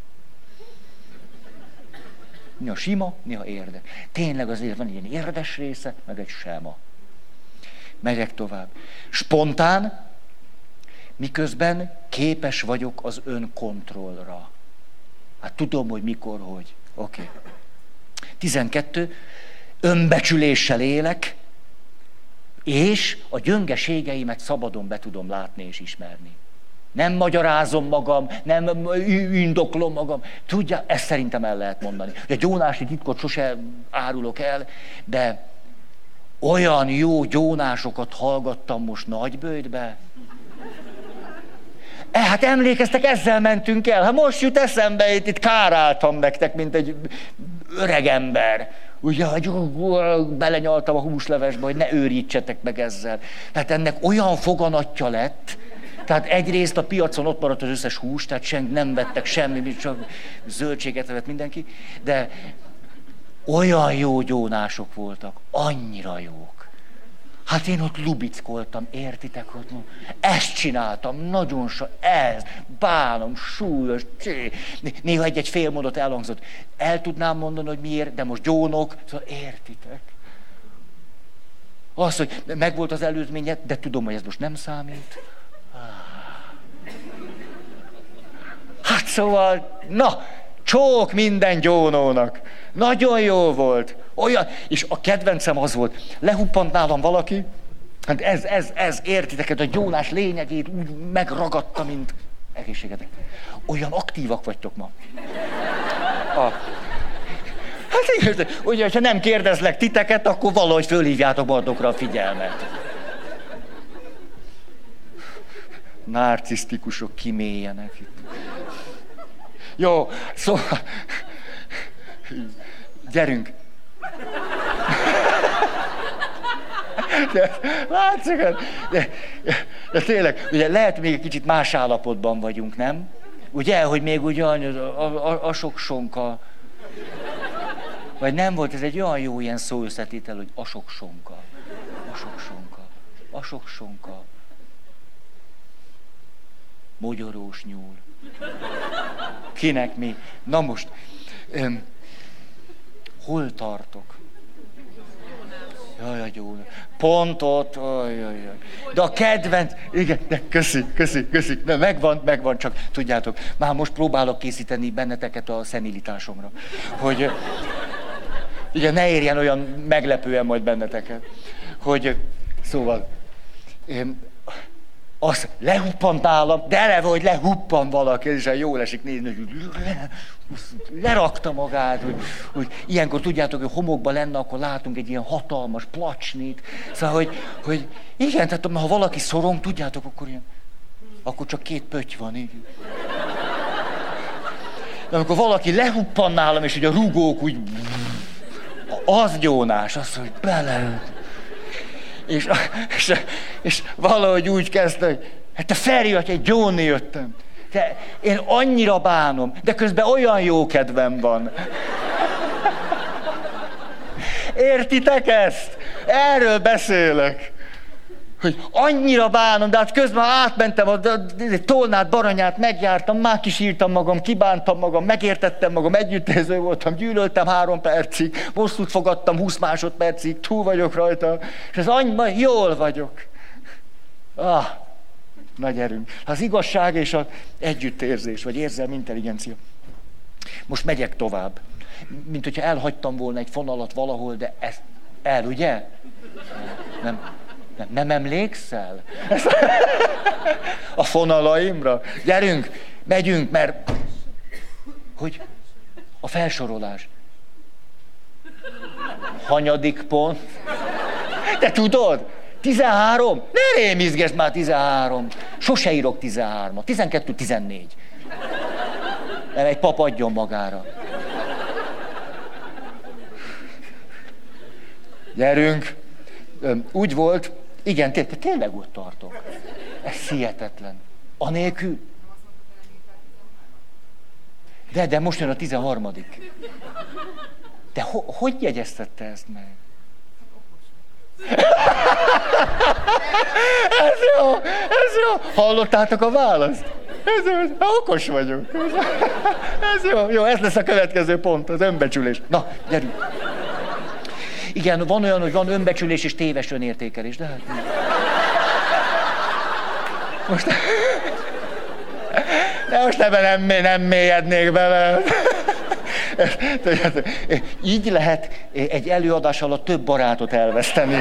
Néha sima, néha érdes. Tényleg azért van ilyen érdes része, meg egy sema. Megyek tovább. Spontán, miközben képes vagyok az önkontrollra. Hát tudom, hogy mikor, hogy. Oké. Okay. tizenkettő. Önbecsüléssel élek, és a gyöngeségeimet szabadon be tudom látni és ismerni. Nem magyarázom magam, nem indoklom magam. Tudja, ezt szerintem el lehet mondani. A gyónási titkot sose árulok el, de olyan jó gyónásokat hallgattam most Nagyböjtbe. E, hát emlékeztek, ezzel mentünk el. Hát most jut eszembe, itt, itt káráltam nektek, mint egy öreg ember. Ugye, hogy belenyaltam a húslevesbe, hogy ne őrítsetek meg ezzel. Tehát ennek olyan foganatja lett, tehát egyrészt a piacon ott maradt az összes hús, tehát sem nem vettek semmi, csak zöldséget vett mindenki, de olyan jó gyónások voltak, annyira jók. Hát én ott lubickoltam, értitek? Hogy ezt csináltam, nagyon so, ez, bánom, súlyos, csé. Néha egy-egy fél mondat elhangzott. El tudnám mondani, hogy miért, de most gyónok, szóval értitek? Az, hogy megvolt az előzményed, de tudom, hogy ez most nem számít. Hát szóval, na, csók minden gyónónak. Nagyon jó volt. Olyan, és a kedvencem az volt, lehuppant nálam valaki, hát ez, ez, ez, értitek, a gyónás lényegét úgy megragadta, mint egészségetek. Olyan aktívak vagytok ma. A... Hát igen, ugye, ha nem kérdezlek titeket, akkor valahogy fölhívjátok magatokra a figyelmet. Narcisztikusok kimélyenek itt. Jó, szóval... Gyerünk! De, látszik, de, de tényleg, ugye lehet még egy kicsit más állapotban vagyunk, nem? Ugye, hogy még ugyan a, a, a sok sonka. Vagy nem volt, ez egy olyan jó ilyen szóösszetétel, hogy a sok sonka. A sok sonka. A sok sonka. Mogyorós nyúl. Kinek mi? Na most, öm, hol tartok? Jaj, a gyóna. Pont ott, ajajaj. De a kedvenc, igen, de köszi, köszi, köszi. De megvan, megvan, csak tudjátok, már most próbálok készíteni benneteket a szenilitásomra. Hogy, igen, ne érjen olyan meglepően majd benneteket. Hogy, szóval, az lehuppant nálam, de eleve, hogy lehuppan valaki, és jól esik nézni, hogy lerakta magát, hogy, hogy ilyenkor tudjátok, hogy homokban lenne, akkor látunk egy ilyen hatalmas placsnit. Szóval, hogy, hogy igen, tehát ha valaki szorong, tudjátok, akkor ilyen, akkor csak két pötty van, így. De amikor valaki lehuppan nálam, és hogy a rugók úgy, az gyónás, az, hogy bele. És, és, és valahogy úgy kezdte, hogy hát te Feri, hogy egy gyónni jöttem. De én annyira bánom, de közben olyan jó kedvem van. Értitek ezt? Erről beszélek. Hogy annyira bánom, de hát közben átmentem a Tolnát, Baranyát, megjártam, már kisírtam magam, kibántam magam, megértettem magam, együttérző voltam, gyűlöltem három percig, bosszút fogadtam húsz másodpercig, túl vagyok rajta, és ez annyira jól vagyok. Ah, nagy erőm. Az igazság és az együttérzés, vagy érzelmi intelligencia. Most megyek tovább. mint hogyha elhagytam volna egy fonalat valahol, de ez el, ugye? Nem, nem, nem emlékszel? A fonalaimra. Gyerünk, megyünk, mert... Hogy? A felsorolás. Hanyadik pont? Te tudod? tizenhárom? Ne rémizgesd már tizenhárom. Sose írok tizenhármat. tizenkettő, tizennégy. Nem, egy pap adjon magára. Gyerünk. Úgy volt, igen, té- tényleg ott tartok. Ez hihetetlen. Anélkül. De, de most jön a tizenharmadik. De ho- hogy jegyeztette ezt meg? Ez jó, ez jó. Hallottátok a választ? Ez jó, okos vagyok. Ez jó, jó, ez lesz a következő pont, az önbecsülés. Na, gyerünk. Igen, van olyan, hogy van önbecsülés és téves önértékelés, de hát... Most... De most ebben nem, nem mélyednék bele. Így lehet egy előadás alatt több barátot elveszteni.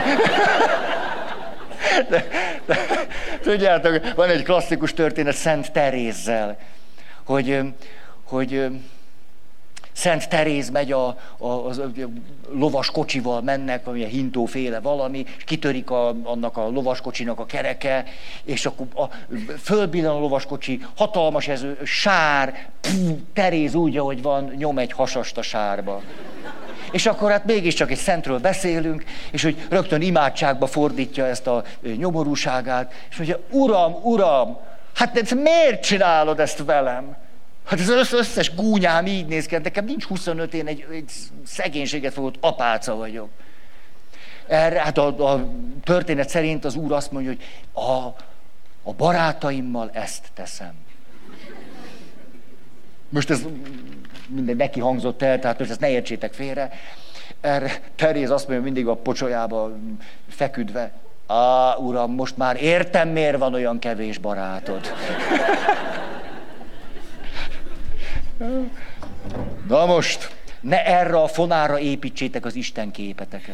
De, de, tudjátok, van egy klasszikus történet Szent Terézzel, hogy, hogy Szent Teréz megy a, a, a, a lovas kocsival, mennek, valamilyen hintóféle valami, és kitörik a, annak a lovaskocsinak a kereke, és akkor a, fölbillen a lovaskocsi, hatalmas ez sár, pff, Teréz úgy, ahogy van, nyom egy hasast a sárba. És akkor hát mégiscsak egy szentről beszélünk, és hogy rögtön imádságba fordítja ezt a nyomorúságát, és mondja, uram, uram, hát ezt miért csinálod ezt velem? Hát az összes gúnyám így néz ki, nekem nincs huszonöt, én egy, egy szegénységet fogott apáca vagyok. Erre, hát a, a történet szerint az úr azt mondja, hogy a, a barátaimmal ezt teszem. Most ez minden neki hangzott el, tehát most ezt ne értsétek félre. Erre Teréz azt mondja mindig a pocsolyába feküdve, á, uram, most már értem, miért van olyan kevés barátod. Na most, ne erre a fonára építsétek az Isten képeteket.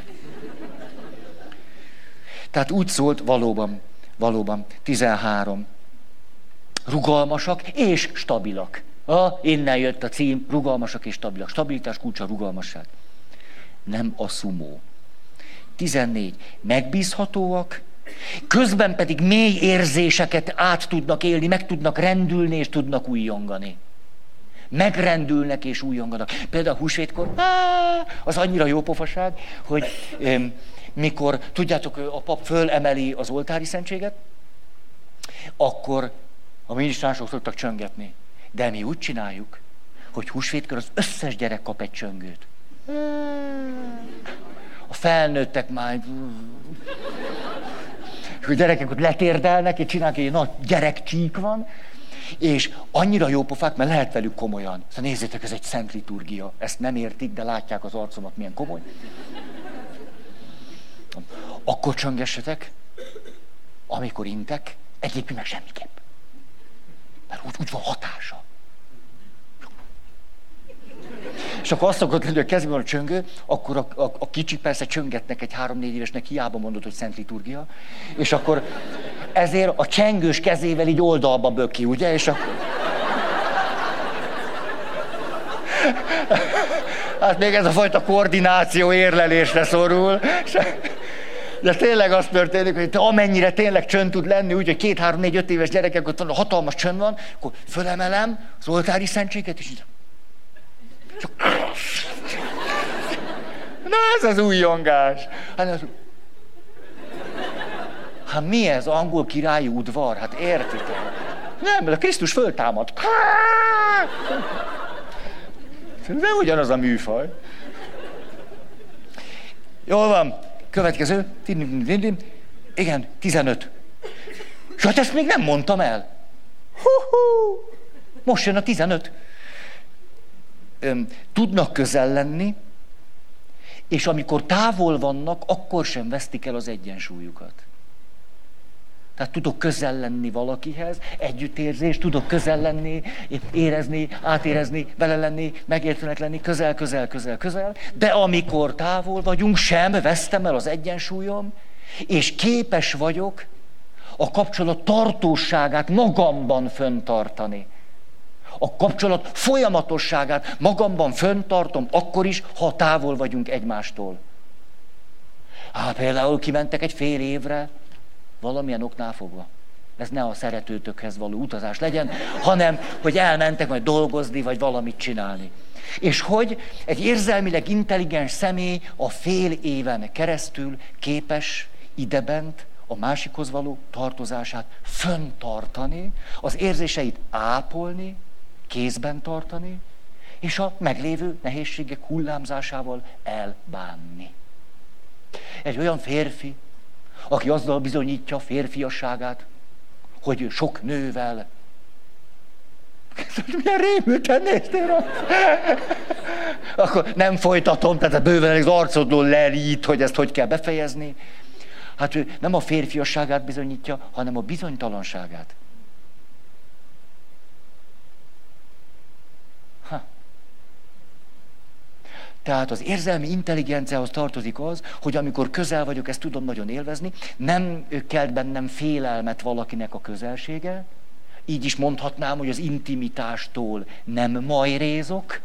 Tehát úgy szólt valóban, valóban, tizenhárom. Rugalmasak és stabilak. Ah, innen jött a cím, rugalmasak és stabilak. Stabilitás kulcsa, rugalmasság. Nem a szumó. tizennégy. Megbízhatóak, közben pedig mély érzéseket át tudnak élni, meg tudnak rendülni és tudnak újjongani. Megrendülnek és újjonganak. Például a húsvétkor, á, az annyira jó pofaság, hogy um, mikor, tudjátok, a pap fölemeli az oltári szentséget, akkor a minisztránsok szoktak csöngetni. De mi úgy csináljuk, hogy húsvétkor az összes gyerek kap egy csöngőt. A felnőttek már... És a gyerekek ott letérdelnek, és csinálnak, egy nagy gyerekcsík van, és annyira jó pofák, mert lehet velük komolyan. Szóval nézzétek, ez egy szent liturgia. Ezt nem értik, de látják az arcomat, milyen komoly. Akkor csöngessetek, amikor intek, egyébként meg semmiképp. Mert úgy, úgy van hatása. És akkor azt szokott lenni, hogy kezében van a csöngő, akkor a, a, a kicsik persze csöngetnek egy három-négy évesnek, hiába mondod, hogy szent liturgia, és akkor ezért a csengős kezével így oldalba böki, ugye? És akkor... Hát még ez a fajta koordináció érlelésre szorul. De tényleg az történik, hogy amennyire tényleg csönd tud lenni, úgy, hogy két, három, négy, öt éves gyerekek, ott van, hatalmas csönd van, akkor fölemelem az oltári szentséget, és így... Na ez az újjongás. Hát, az... hát mi ez? Angol királyi udvar? Hát értitek? Nem, mert a Krisztus föltámad. Nem ugyanaz a műfaj. Jól van. Következő. Igen, tizenöt. És hát ezt még nem mondtam el. Hú-hú. Most jön a tizenöt. Tudnak közel lenni, és amikor távol vannak, akkor sem vesztik el az egyensúlyukat. Tehát tudok közel lenni valakihez, együttérzés, tudok közel lenni, érezni, átérezni, vele lenni, megértőnek lenni, közel, közel, közel, közel. De amikor távol vagyunk, sem vesztem el az egyensúlyom, és képes vagyok a kapcsolat tartóságát magamban fenntartani. A kapcsolat folyamatosságát magamban fenntartom, akkor is, ha távol vagyunk egymástól. Hát például kimentek egy fél évre, valamilyen oknál fogva. Ez ne a szeretőtökhez való utazás legyen, hanem, hogy elmentek majd dolgozni, vagy valamit csinálni. És hogy egy érzelmileg intelligens személy a fél éven keresztül képes idebent a másikhoz való tartozását fenntartani, az érzéseit ápolni, kézben tartani, és a meglévő nehézségek hullámzásával elbánni. Egy olyan férfi, aki azzal bizonyítja férfiasságát, hogy sok nővel. Milyen rémülten néztél rá? Akkor nem folytatom, tehát bőven az arcodról lerít, hogy ezt hogy kell befejezni. Hát ő nem a férfiasságát bizonyítja, hanem a bizonytalanságát. Ha. Tehát az érzelmi intelligenciához tartozik az, hogy amikor közel vagyok, ezt tudom nagyon élvezni, nem kelt bennem félelmet valakinek a közelsége, így is mondhatnám, hogy az intimitástól nem majrézok,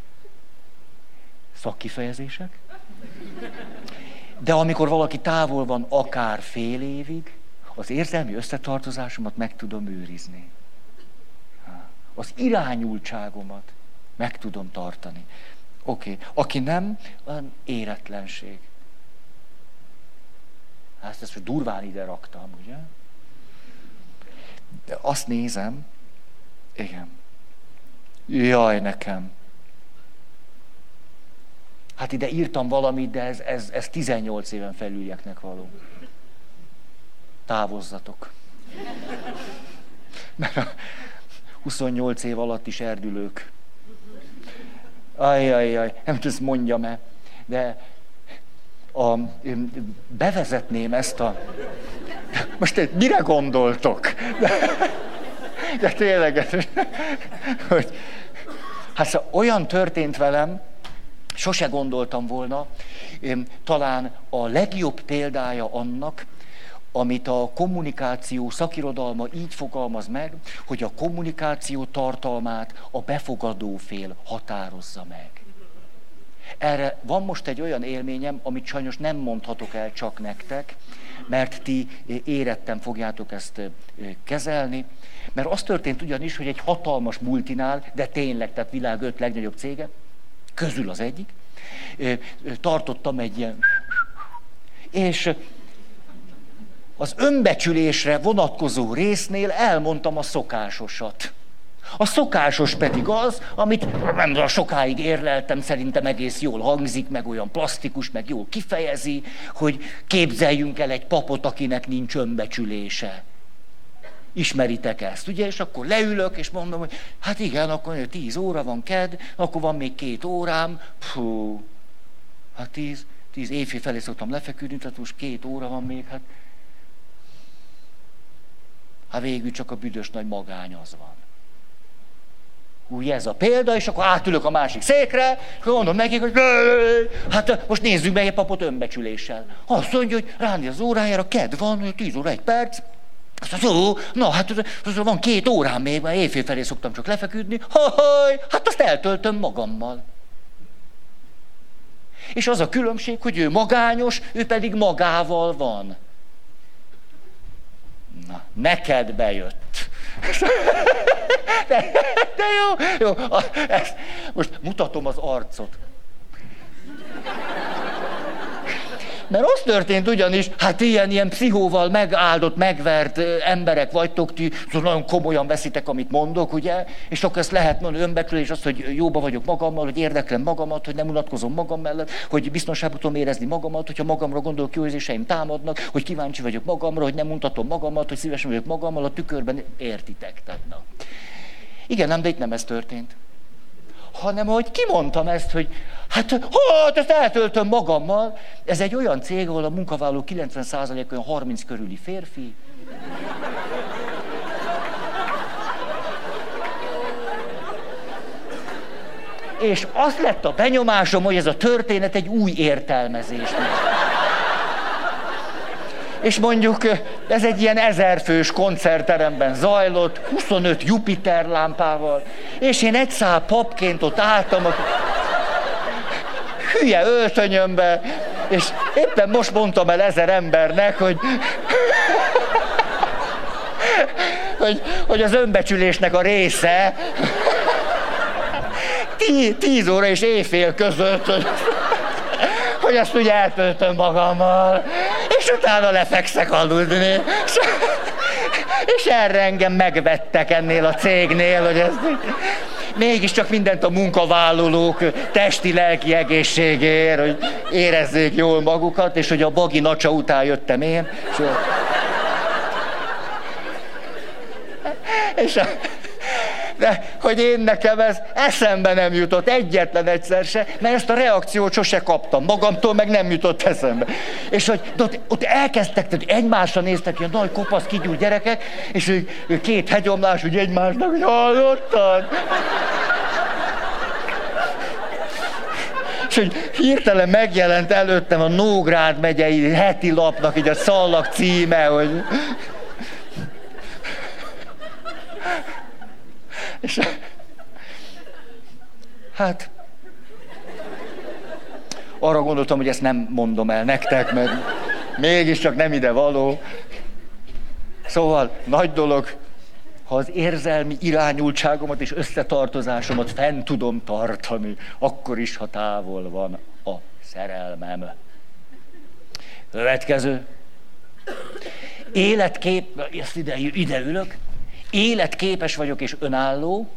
szakkifejezések, de amikor valaki távol van akár fél évig, az érzelmi összetartozásomat meg tudom őrizni. Az irányultságomat meg tudom tartani. Oké, okay. Aki nem, olyan éretlenség. Hát ezt durván ide raktam, ugye? De azt nézem, igen. Jaj, nekem. Hát ide írtam valamit, de ez, ez, ez tizennyolc éven felülieknek való. Távozzatok. Mert a huszonnyolc év alatt is erdülők. Ajjajjaj, nem tudom, mondjam-e, de a, bevezetném ezt a... Most mire gondoltok? De, de tényleg, hogy... Hát szóval olyan történt velem, sose gondoltam volna, talán a legjobb példája annak, amit a kommunikáció szakirodalma így fogalmaz meg, hogy a kommunikáció tartalmát a befogadó fél határozza meg. Erre van most egy olyan élményem, amit sajnos nem mondhatok el csak nektek, mert ti éretten fogjátok ezt kezelni, mert az történt ugyanis, hogy egy hatalmas multinál, de tényleg, tehát világ öt legnagyobb cége, közül az egyik, tartottam egy ilyen... És az önbecsülésre vonatkozó résznél elmondtam a szokásosat. A szokásos pedig az, amit nem tudom, sokáig érleltem, szerintem egész jól hangzik, meg olyan plastikus, meg jól kifejezi, hogy képzeljünk el egy papot, akinek nincs önbecsülése. Ismeritek ezt, ugye? És akkor leülök, és mondom, hogy hát igen, akkor tíz óra van kedd, akkor van még két órám, fú, hát tíz, tíz éjfél felé szoktam lefeküdni, tehát most két óra van még, hát hát végül csak a büdös nagy magány az van. Úgy ez a példa, és akkor átülök a másik székre, és mondom nekik, hogy hát most nézzük meg egy papot önbecsüléssel. Azt mondja, hogy ránéz az órájára, kedd van, tíz óra egy perc. Azt mondja, jó, na hát van két órám még, mert éjfél felé szoktam csak lefeküdni. Haj, hát azt eltöltöm magammal. És az a különbség, hogy ő magányos, ő pedig magával van. Na, neked bejött. De, de jó, jó. Ezt, most mutatom az arcot. Mert az történt ugyanis, hát ilyen, ilyen pszichóval megáldott, megvert emberek vagytok, ti szóval nagyon komolyan veszitek, amit mondok, ugye? És akkor ezt lehet mondani, önbecsülés, az, hogy jóba vagyok magammal, hogy érdeklem magamat, hogy nem unatkozom magam mellett, hogy biztonságban tudom érezni magamat, hogyha magamra gondolok, jó érzéseim támadnak, hogy kíváncsi vagyok magamra, hogy nem mutatom magamat, hogy szívesen vagyok magammal, a tükörben értitek. Tehát, na. Igen, nem, de itt nem ez történt. Hanem, hogy kimondtam ezt, hogy hát, hát ezt eltöltöm magammal. Ez egy olyan cég, ahol a munkavállaló kilencven százalék olyan harminc körüli férfi. És azt lett a benyomásom, hogy ez a történet egy új értelmezés. És mondjuk ez egy ilyen ezerfős koncertteremben zajlott, huszonöt Jupiter lámpával, és én egy szál papként ott álltam a hülye öltönyömbe, és éppen most mondtam el ezer embernek, hogy, hogy, hogy az önbecsülésnek a része tí, tíz óra és éjfél között, hogy, hogy ezt ugye eltöltöm magammal, és utána lefekszek aludni. És, és erre engem megvettek ennél a cégnél, hogy ez mégiscsak mindent a munkavállalók testi-lelki egészségért, hogy érezzék jól magukat, és hogy a bagi nacsa után jöttem én. És, és a, de hogy én nekem ez eszembe nem jutott egyetlen egyszer se, mert ezt a reakciót sose kaptam magamtól, meg nem jutott eszembe. És hogy ott, ott elkezdtek, tehát egymásra néztek ilyen nagy kopasz kigyújt gyerekek, és hogy két hegyomlás, hogy egymásnak, hogy hallottad? És hogy hirtelen megjelent előttem a Nógrád megyei heti lapnak így a szallag címe, hogy... És hát arra gondoltam, hogy ezt nem mondom el nektek, mert mégiscsak nem ide való. Szóval nagy dolog, ha az érzelmi irányultságomat és összetartozásomat fenn tudom tartani, akkor is, ha távol van a szerelmem. Következő. Életkép, ezt ide, ide ülök. Életképes vagyok és önálló,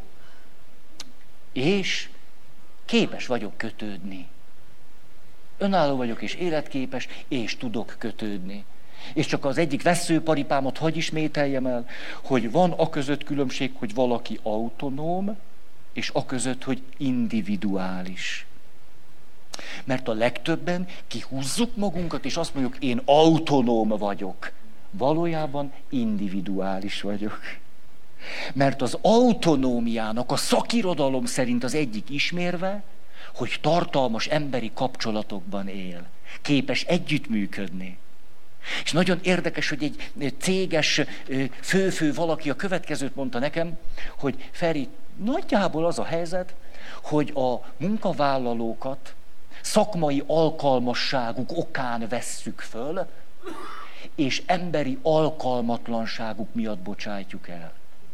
és képes vagyok kötődni. Önálló vagyok és életképes, és tudok kötődni. És csak az egyik vesszőparipámat hadd ismételjem el, hogy van aközött különbség, hogy valaki autonóm, és aközött, hogy individuális. Mert a legtöbben kihúzzuk magunkat, és azt mondjuk, én autonóm vagyok. Valójában individuális vagyok. Mert az autonómiának a szakirodalom szerint az egyik ismérve, hogy tartalmas emberi kapcsolatokban él. Képes együttműködni. És nagyon érdekes, hogy egy céges fő-fő valaki a következőt mondta nekem, hogy Feri, nagyjából az a helyzet, hogy a munkavállalókat szakmai alkalmasságuk okán vesszük föl, és emberi alkalmatlanságuk miatt bocsájtjuk el.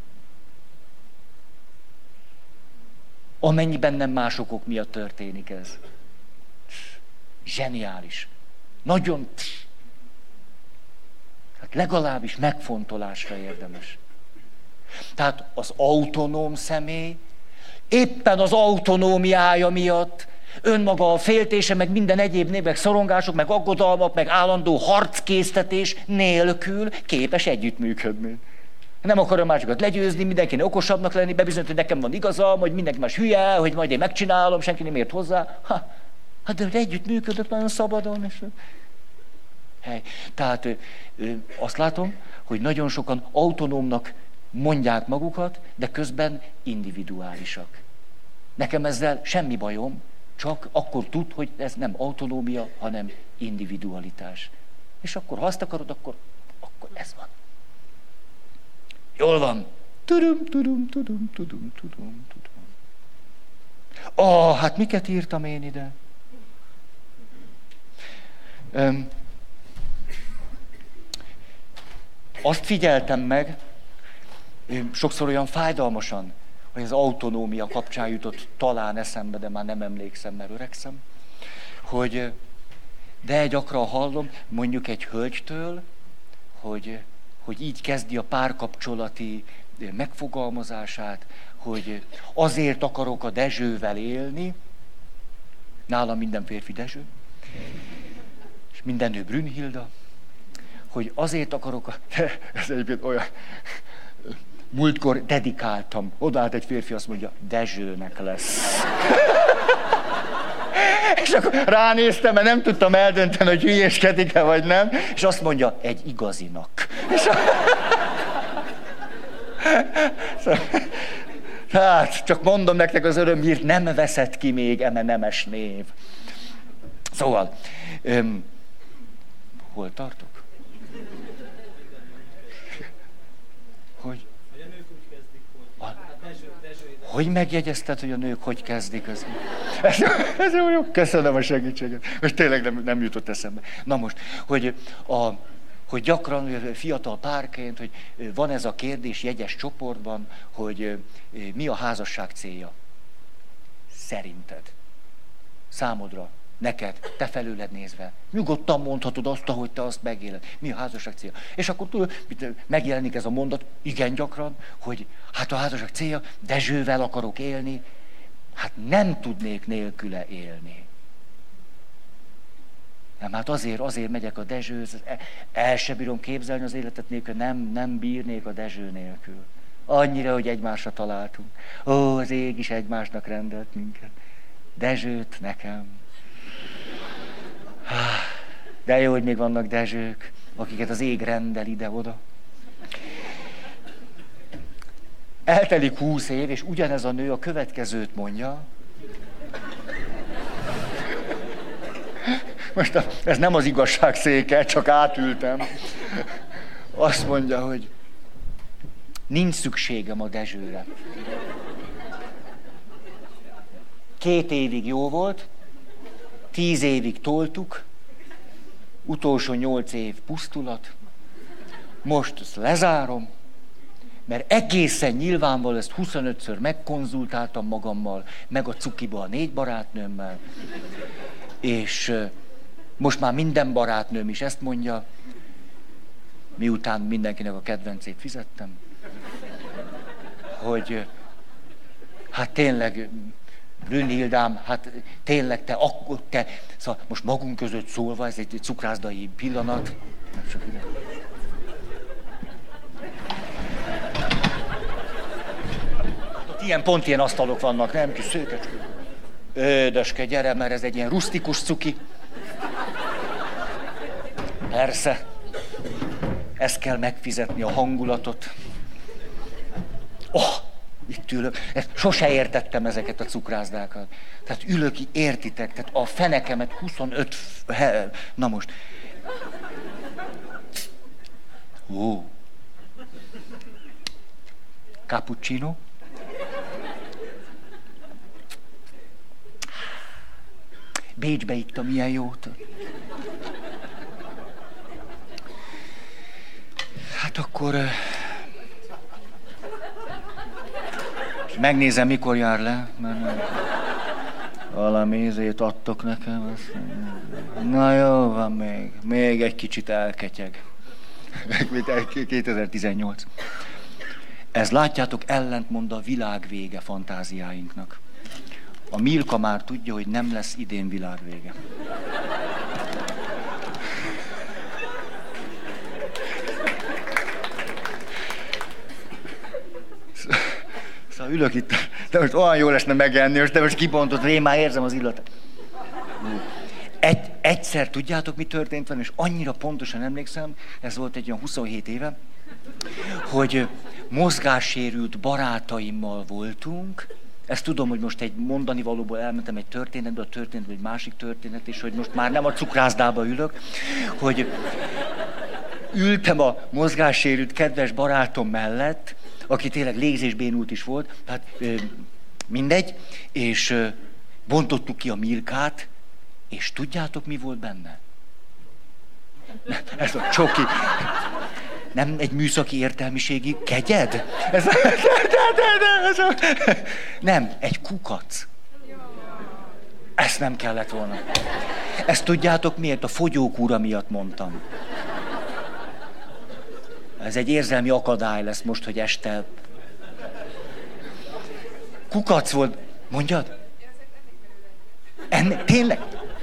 Amennyiben nem más okok miatt történik ez. Zseniális. Nagyon... Hát legalábbis megfontolásra érdemes. Tehát az autonóm személy éppen az autonómiája miatt önmaga a féltése, meg minden egyéb névek, szorongások, meg aggodalmak, meg állandó harckésztetés nélkül képes együttműködni. Nem akar a másikat legyőzni, mindenkinek okosabbnak lenni, bebizonyítani, hogy nekem van igazam, hogy mindenki más hülye, hogy majd én megcsinálom, senki nem ért hozzá. Ha, hát de hogy együttműködött nagyon szabadon. És... Hely. Tehát ö, ö, azt látom, hogy nagyon sokan autonómnak mondják magukat, de közben individuálisak. Nekem ezzel semmi bajom, csak akkor tud, hogy ez nem autonómia, hanem individualitás. És akkor, ha azt akarod, akkor, akkor ez van. Jól van. Tudum, tudum, tudum, tudum, tudum, tudum. Ah, hát miket írtam én ide? Öm, azt figyeltem meg, sokszor olyan fájdalmasan, hogy az autonómia kapcsán jutott talán eszembe, de már nem emlékszem, mert öregszem, hogy de gyakran hallom mondjuk egy hölgytől, hogy, hogy így kezdi a párkapcsolati megfogalmazását, hogy azért akarok a Dezsővel élni, nálam minden férfi Dezső, és minden nő Brünnhilda, hogy azért akarok, a... ez egyébként olyan... Múltkor dedikáltam. Odaállt egy férfi, azt mondja, Dezsőnek lesz. És akkor ránéztem, mert nem tudtam eldönteni, hogy hülyéskedik-e vagy nem, és azt mondja, egy igazinak. És a... Hát, csak mondom nektek az örömhírt, nem veszett ki még eme nemes név. Szóval, öm, hol tartok? Hogy? Hogy megjegyezted, hogy a nők hogy kezdik? Ez, ez, ez jó, köszönöm a segítséget. Most tényleg nem, nem jutott eszembe. Na most, hogy, a, hogy gyakran fiatal párként, hogy van ez a kérdés jegyes csoportban, hogy mi a házasság célja? Szerinted? Számodra? Neked? Te felőled nézve? Nyugodtan mondhatod azt, ahogy te azt megéled. Mi a házasság célja? És akkor tudod, megjelenik ez a mondat, igen gyakran, hogy hát a házasság célja, Dezsővel akarok élni, hát nem tudnék nélküle élni. Nem, hát azért, azért megyek a Dezsőhöz, el sem bírom képzelni az életet nélkül, nem, nem bírnék a Dezső nélkül. Annyira, hogy egymásra találtunk. Ó, az ég is egymásnak rendelt minket. Dezsőt nekem. De jó, hogy még vannak Dezsők, akiket az ég rendel ide-oda. Eltelik húsz év, és ugyanez a nő a következőt mondja. Most a, ez nem az igazság széke, csak átültem. Azt mondja, hogy nincs szükségem a Dezsőre. Két évig jó volt, tíz évig toltuk, utolsó nyolc év pusztulat, most ezt lezárom, mert egészen nyilvánvaló, ezt huszonötször megkonzultáltam magammal, meg a cukiba a négy barátnőmmel, és most már minden barátnőm is ezt mondja, miután mindenkinek a kedvencét fizettem, hogy hát tényleg, Brünnhildám, hát tényleg te, akkor te, szóval most magunk között szólva, ez egy cukrászdai pillanat. Csak ide. Ott ilyen pont ilyen asztalok vannak, nem? Kis szőkecskő. Édeske, gyere, mert ez egy ilyen rusztikus cuki. Persze, ezt kell megfizetni, a hangulatot. Oh! Itt ülök. Ezt sose értettem ezeket a cukrászdákat. Tehát ülök, értitek, tehát a fenekemet huszonöt... He, na most. Ó. Cappuccino. Bécsbe ittam ilyen jót. Hát akkor... Megnézem, mikor jár le, mert valami ízét adtok nekem. Na jó, van még. Még egy kicsit elketyeg. kétezer-tizennyolc. Ez, látjátok, ellentmond a világ vége fantáziáinknak. A Milka már tudja, hogy nem lesz idén világvége. Szóval ülök itt, de most olyan jó lesne megenni, de most kibontott, én már érzem az illatát. Egy, egyszer tudjátok, mi történt van, és annyira pontosan emlékszem, ez volt egy olyan huszonhét éve, hogy mozgássérült barátaimmal voltunk. Ezt tudom, hogy most egy mondani valóból elmentem egy történetbe, a történetbe egy másik történet, és hogy most már nem a cukrászdába ülök, hogy ültem a mozgássérült kedves barátom mellett, aki tényleg légzésbénult is volt, tehát mindegy, és bontottuk ki a Milkát, és tudjátok, mi volt benne? Ez a csoki. Nem egy műszaki értelmiségi kegyed? Ez, de, de, de, ez a... Nem, egy kukac. Ezt nem kellett volna. Ezt tudjátok miért? A fogyókúra miatt mondtam. Ez egy érzelmi akadály lesz most, hogy este... Kukac volt. Mondjad? Enne... Tényleg?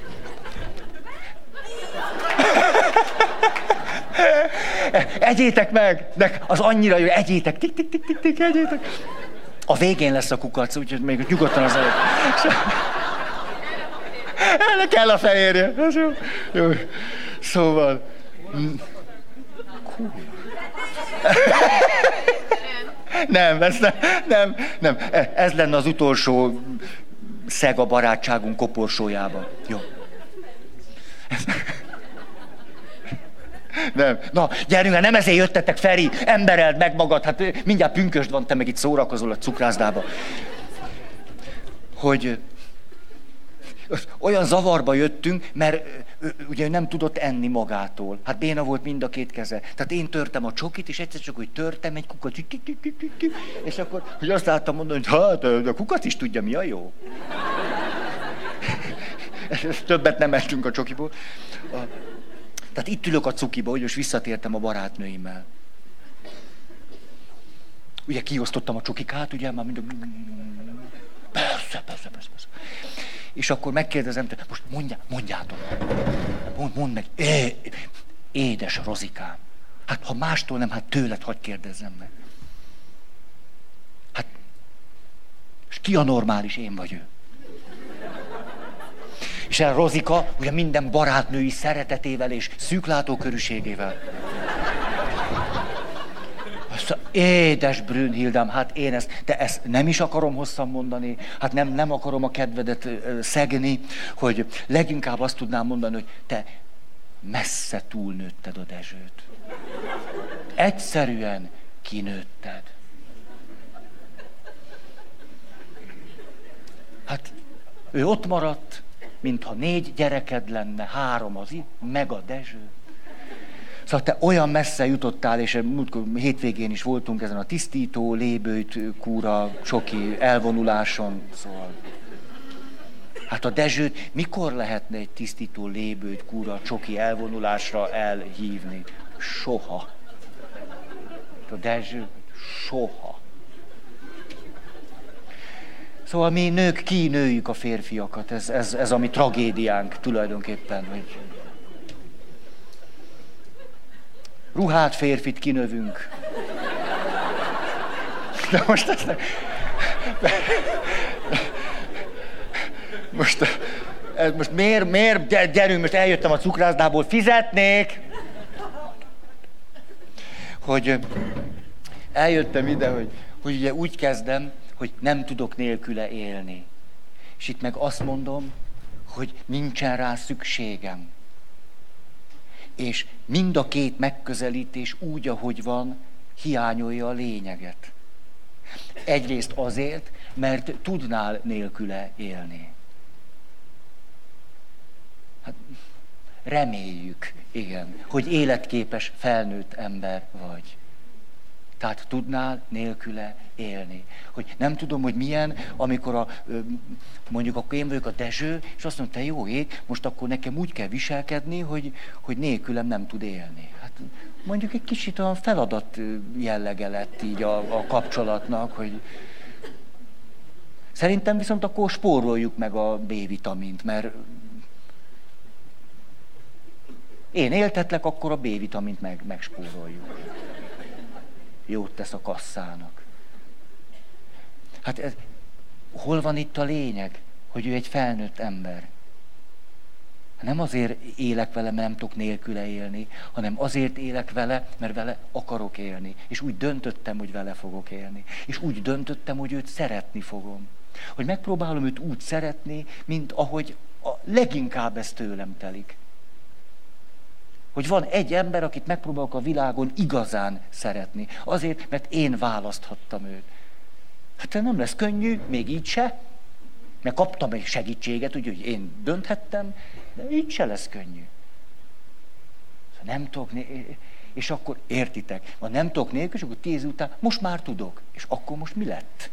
Egyétek meg! Az annyira jó, egyétek, tik, tik, tik, tik, tik, egyétek. A végén lesz a kukac, úgyhogy még nyugodtan az előtt. Erre kell a fehérje. Ez jó. Jó. Szóval... Nem, ez nem, nem, nem. Ez lenne az utolsó szeg a barátságunk koporsójában. Jó. Nem. Na, gyerünk, nem ezért jöttetek, Feri, embereld meg magad, hát mindjárt pünkösd van, te meg itt szórakozol a cukrászdába. Hogy olyan zavarba jöttünk, mert ugye nem tudott enni magától. Hát béna volt mind a két keze. Tehát én törtem a csokit, és egyszer csak, hogy törtem egy kukat, és akkor hogy azt láttam mondani, hogy hát a kukat is tudja, mi a jó. Többet nem ettünk a csokiból. A... Tehát itt ülök a cukiba, hogy most visszatértem a barátnőimmel. Ugye kiosztottam a csokikát, ugye már mind persze, persze, persze, persze. És akkor megkérdezem, te most mondjá, mondjátok, mond, mondd meg, é, édes Rozikám, hát ha mástól nem, hát tőled hadd kérdezzem meg. Hát, és ki a normális, én vagy ő? És el Rozika, ugye minden barátnői szeretetével és szűklátókörűségével. Azt, édes Brünnhildám, hát én ezt, de ezt nem is akarom hosszan mondani, hát nem, nem akarom a kedvedet szegni, hogy leginkább azt tudnám mondani, hogy te messze túlnőtted a Dezsőt. Egyszerűen kinőtted. Hát ő ott maradt, mintha négy gyereked lenne, három az itt, meg a Dezső. Szóval te olyan messze jutottál, és hétvégén is voltunk ezen a tisztító, lébőjt, kúra, csoki elvonuláson, szóval. Hát a Dezsőt mikor lehetne egy tisztító, lébőjt, kúra, csoki elvonulásra elhívni? Soha. A Dezső soha. Szóval mi nők kinőjük a férfiakat, ez, ez, ez a mi tragédiánk tulajdonképpen, hogy ruhát férfit kinövünk. De most ezt nem... Most, most miért, miért, gyerünk, most eljöttem a cukrászdából, fizetnék! Hogy eljöttem ide, hogy, hogy ugye úgy kezdem, hogy nem tudok nélküle élni. És itt meg azt mondom, hogy nincsen rá szükségem. És mind a két megközelítés úgy, ahogy van, hiányolja a lényeget. Egyrészt azért, mert tudnál nélküle élni. Hát, reméljük, igen, hogy életképes felnőtt ember vagy. Tehát tudnál nélküle élni. Hogy nem tudom, hogy milyen, amikor a, mondjuk akkor én vagyok a Dezső, és azt mondta, te jó ég, most akkor nekem úgy kell viselkedni, hogy, hogy nélkülem nem tud élni. Hát mondjuk egy kicsit a feladat jellege lett így a, a kapcsolatnak, hogy szerintem viszont akkor spóroljuk meg a B-vitamint, mert én éltetlek, akkor a B-vitamint meg, megspóroljuk. Jót tesz a kasszának. Hát ez, hol van itt a lényeg, hogy ő egy felnőtt ember? Nem azért élek vele, mert nem tudok nélküle élni, hanem azért élek vele, mert vele akarok élni. És úgy döntöttem, hogy vele fogok élni. És úgy döntöttem, hogy őt szeretni fogom. Hogy megpróbálom őt úgy szeretni, mint ahogy a leginkább ez tőlem telik. Hogy van egy ember, akit megpróbálok a világon igazán szeretni. Azért, mert én választhattam őt. Hát nem lesz könnyű, még így se, mert kaptam egy segítséget, úgy, hogy én dönthettem, de így se lesz könnyű. Nem tudok, és akkor értitek, ha nem tudok nélkül, és akkor tíz után, most már tudok. És akkor most mi lett?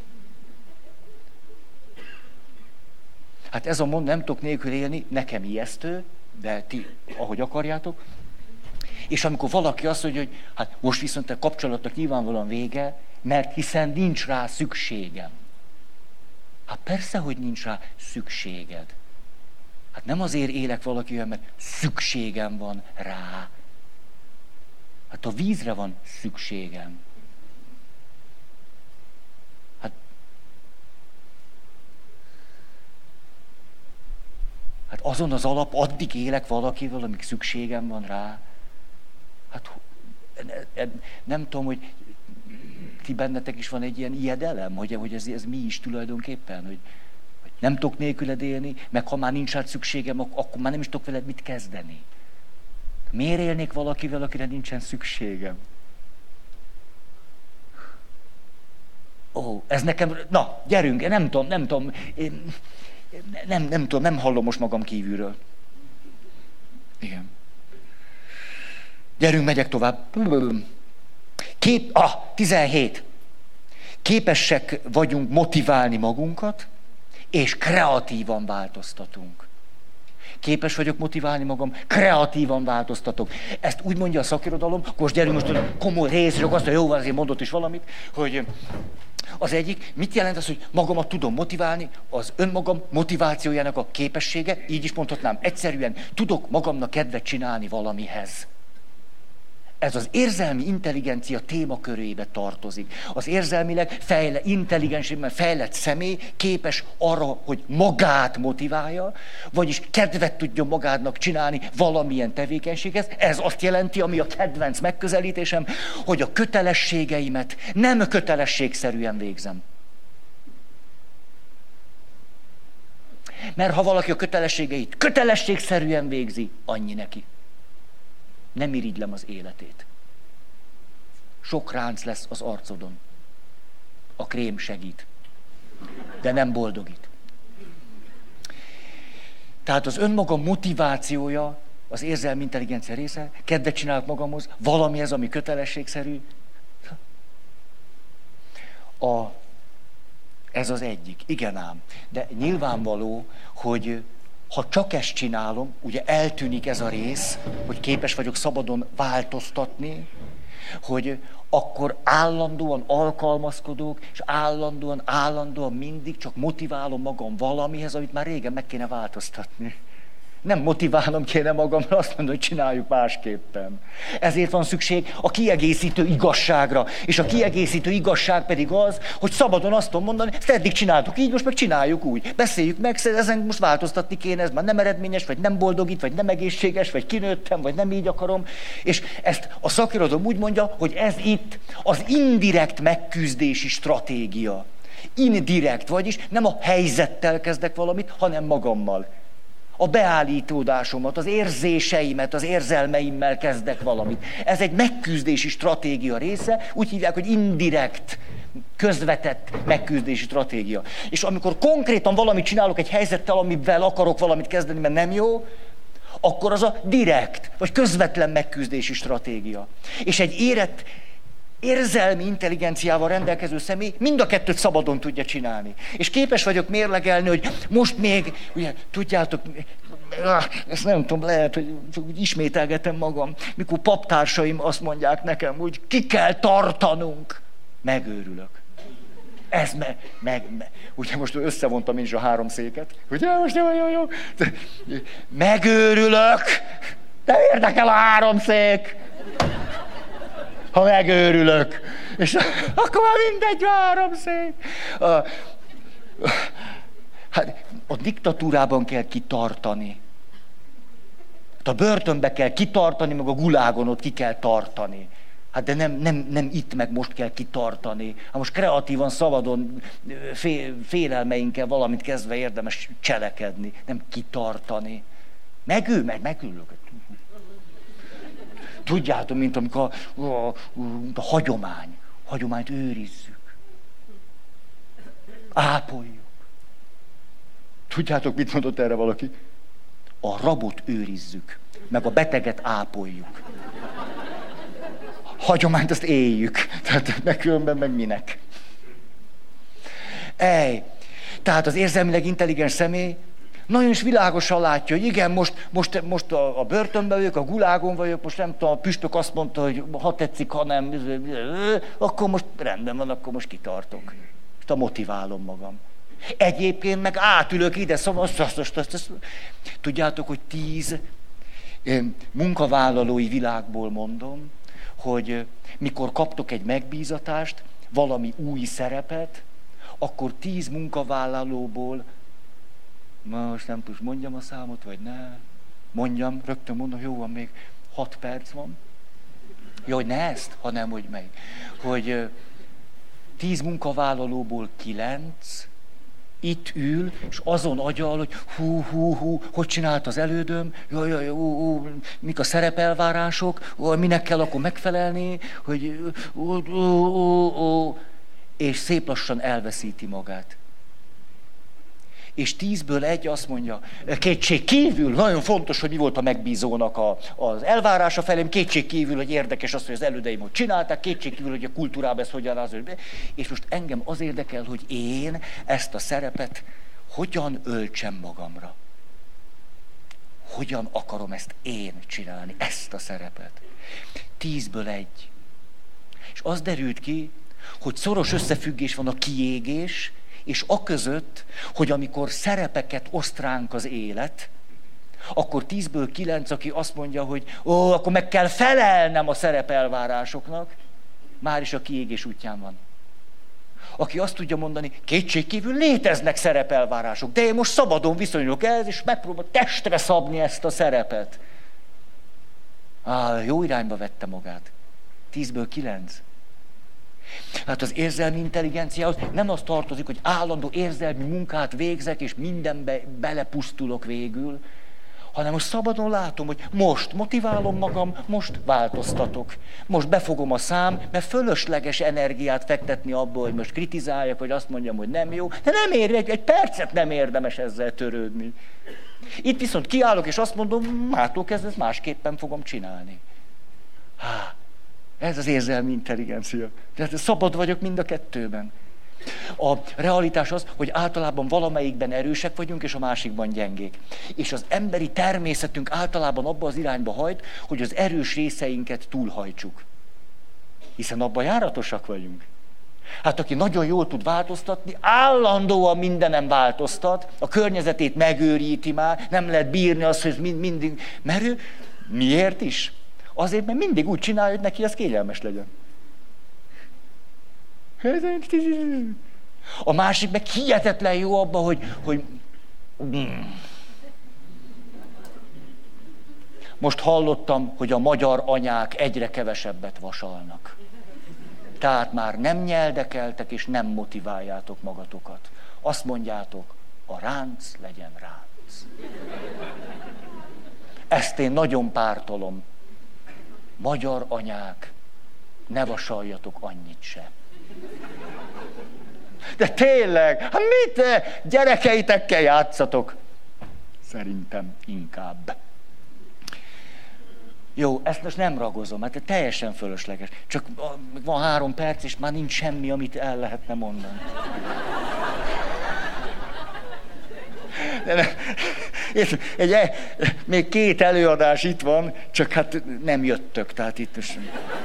Hát ez a mond, nem tudok nélkül élni, nekem ijesztő, de ti, ahogy akarjátok. És amikor valaki azt mondja, hogy hát most viszont a kapcsolatnak nyilvánvalóan vége, mert hiszen nincs rá szükségem. Hát persze, hogy nincs rá szükséged. Hát nem azért élek valakivel, mert szükségem van rá. Hát a vízre van szükségem. Hát, hát azon az alap, addig élek valakivel, amíg szükségem van rá. Hát nem tudom, hogy ti bennetek is van egy ilyen ijedelem, hogy, hogy ez, ez mi is tulajdonképpen, hogy, hogy nem tudok nélküled élni, meg ha már nincs rá szükségem, akkor már nem is tudok veled mit kezdeni. Miért élnék valakivel, akire nincsen szükségem? Ó, ez nekem, na, gyerünk, nem tudom, nem tudom, én, nem, nem tudom, nem hallom most magam kívülről. Igen. Gyerünk, megyek tovább. Kép, ah, tizenhét. Képesek vagyunk motiválni magunkat, és kreatívan változtatunk. Képes vagyok motiválni magam, kreatívan változtatok. Ezt úgy mondja a szakirodalom, akkor most gyerünk most a komoly részről, azt mondja, jó van, azért mondott is valamit, hogy az egyik, mit jelent az, hogy magamat tudom motiválni, az önmagam motivációjának a képessége, így is mondhatnám, egyszerűen tudok magamnak kedvet csinálni valamihez. Ez az érzelmi intelligencia témakörébe tartozik. Az érzelmileg fejle, intelligensében fejlett személy képes arra, hogy magát motiválja, vagyis kedvet tudjon magádnak csinálni valamilyen tevékenységhez. Ez azt jelenti, ami a kedvenc megközelítésem, hogy a kötelességeimet nem kötelességszerűen végzem. Mert ha valaki a kötelességeit kötelességszerűen végzi, annyi neki. Nem irigylem az életét. Sok ránc lesz az arcodon. A krém segít, de nem boldogít. Tehát az önmagam motivációja, az érzelmi intelligencia része, kedvet csinálok magamhoz, valami ez, ami kötelességszerű. A, ez az egyik. Igen ám. De nyilvánvaló, hogy ha csak ezt csinálom, ugye eltűnik ez a rész, hogy képes vagyok szabadon változtatni, hogy akkor állandóan alkalmazkodok, és állandóan, állandóan mindig csak motiválom magam valamihez, amit már régen meg kéne változtatni. Nem motiválnom kéne magamra, azt mondom, hogy csináljuk másképpen. Ezért van szükség a kiegészítő igazságra. És a kiegészítő igazság pedig az, hogy szabadon azt tudom mondani, ezt eddig csináltuk így, most meg csináljuk úgy. Beszéljük meg, ezen most változtatni kéne, ez már nem eredményes, vagy nem boldogít, vagy nem egészséges, vagy kinőttem, vagy nem így akarom. És ezt a szakirodalom úgy mondja, hogy ez itt az indirekt megküzdési stratégia. Indirekt, vagyis nem a helyzettel kezdek valamit, hanem magammal. A beállítódásomat, az érzéseimet, az érzelmeimmel kezdek valamit. Ez egy megküzdési stratégia része, úgy hívják, hogy indirekt, közvetett megküzdési stratégia. És amikor konkrétan valamit csinálok egy helyzettel, amivel akarok valamit kezdeni, mert nem jó, akkor az a direkt, vagy közvetlen megküzdési stratégia. És egy érett, érzelmi intelligenciával rendelkező személy mind a kettőt szabadon tudja csinálni. És képes vagyok mérlegelni, hogy most még, ugye, tudjátok, ezt nem tudom, lehet, hogy úgy ismételgetem magam, mikor paptársaim azt mondják nekem, hogy ki kell tartanunk. Megőrülök. Ez me, meg, me. Ugye most összevontam én is a három széket. Ugye, most jó, jó, jó. Megőrülök. De érdekel a három szék. Ha megőrülök. És akkor már mindegy, háromszék. A, hát a diktatúrában kell kitartani. A börtönbe kell kitartani, meg a gulágon ott ki kell tartani. Hát de nem, nem, nem itt meg most kell kitartani. Hát most kreatívan, szabadon, fél, félelmeinkkel valamit kezdve érdemes cselekedni. Nem kitartani. Megül, meg megülök. Tudjátok, mint amikor a, a, a hagyomány, hagyományt őrizzük, ápoljuk. Tudjátok, mit mondott erre valaki? A rabot őrizzük, meg a beteget ápoljuk. Hagyományt azt éljük, tehát meg különben meg minek. Ej, tehát az érzelmileg intelligens személy nagyon is világosan látja, hogy igen, most, most, most a, a börtönben vagyok, a gulágon vagyok, most nem tudom, a püspök azt mondta, hogy ha tetszik, ha nem, akkor most rendben van, akkor most kitartok. Most motiválom magam. Egyébként meg átülök ide, szóval azt, azt, azt, azt, azt. Tudjátok, hogy tíz munkavállalói világból mondom, hogy mikor kaptok egy megbízatást, valami új szerepet, akkor tíz munkavállalóból, most nem tudom, mondjam a számot, vagy ne, mondjam, rögtön mondom, jó van, még hat perc van. Jó, hogy ne ezt, hanem hogy melyik. Hogy tíz munkavállalóból kilenc itt ül, és azon agyal, hogy hú, hú, hú, hogy csinált az elődöm, jaj, jaj, ú, ú, mik a szerepelvárások, ó, minek kell akkor megfelelni, hogy ó, ó, ó, ó, és szép lassan elveszíti magát. És tízből egy azt mondja, kétség kívül, nagyon fontos, hogy mi volt a megbízónak a, az elvárása felém, kétség kívül, hogy érdekes az, hogy az elődeim hogy csinálták, kétség kívül, hogy a kultúrában ez hogyan az, és most engem az érdekel, hogy én ezt a szerepet hogyan öltsem magamra. Hogyan akarom ezt én csinálni, ezt a szerepet. Tízből egy. És az derült ki, hogy szoros összefüggés van a kiégés, és aközött, hogy amikor szerepeket oszt ránk az élet, akkor tízből kilenc, aki azt mondja, hogy ó, akkor meg kell felelnem a szerepelvárásoknak, már is a kiégés útján van. Aki azt tudja mondani, kétségkívül léteznek szerepelvárások, de én most szabadon viszonyulok ehhez, és megpróbálom testre szabni ezt a szerepet. Á, jó irányba vette magát. Tízből kilenc. Hát az érzelmi intelligenciához nem az tartozik, hogy állandó érzelmi munkát végzek, és mindenbe belepusztulok végül, hanem most szabadon látom, hogy most motiválom magam, most változtatok. Most befogom a szám, mert fölösleges energiát fektetni abba, hogy most kritizáljak, vagy azt mondjam, hogy nem jó, de nem ér, egy, egy percet nem érdemes ezzel törődni. Itt viszont kiállok, és azt mondom, mától kezdve ezt másképpen fogom csinálni. Há. Ez az érzelmi intelligencia. Tehát szabad vagyok mind a kettőben. A realitás az, hogy általában valamelyikben erősek vagyunk, és a másikban gyengék. És az emberi természetünk általában abba az irányba hajt, hogy az erős részeinket túlhajtsuk. Hiszen abban járatosak vagyunk. Hát aki nagyon jól tud változtatni, állandóan mindenem változtat, a környezetét megőríti már, nem lehet bírni azt, hogy mind, mindig merő. Miért is? Azért, mert mindig úgy csinálja, hogy neki ez kényelmes legyen. A másik meg hihetetlen jó abban, hogy, hogy... Most hallottam, hogy a magyar anyák egyre kevesebbet vasalnak. Tehát már nem nyeldekeltek és nem motiváljátok magatokat. Azt mondjátok, a ránc legyen ránc. Ezt én nagyon pártolom. Magyar anyák, ne vasaljatok annyit se. De tényleg, hát mit gyerekeitekkel játszatok? Szerintem inkább. Jó, ezt most nem ragozom, hát teljesen fölösleges. Csak van három perc, és már nincs semmi, amit el lehetne mondani. De nem, egy, egy, még két előadás itt van, csak hát nem jöttök, tehát itt most...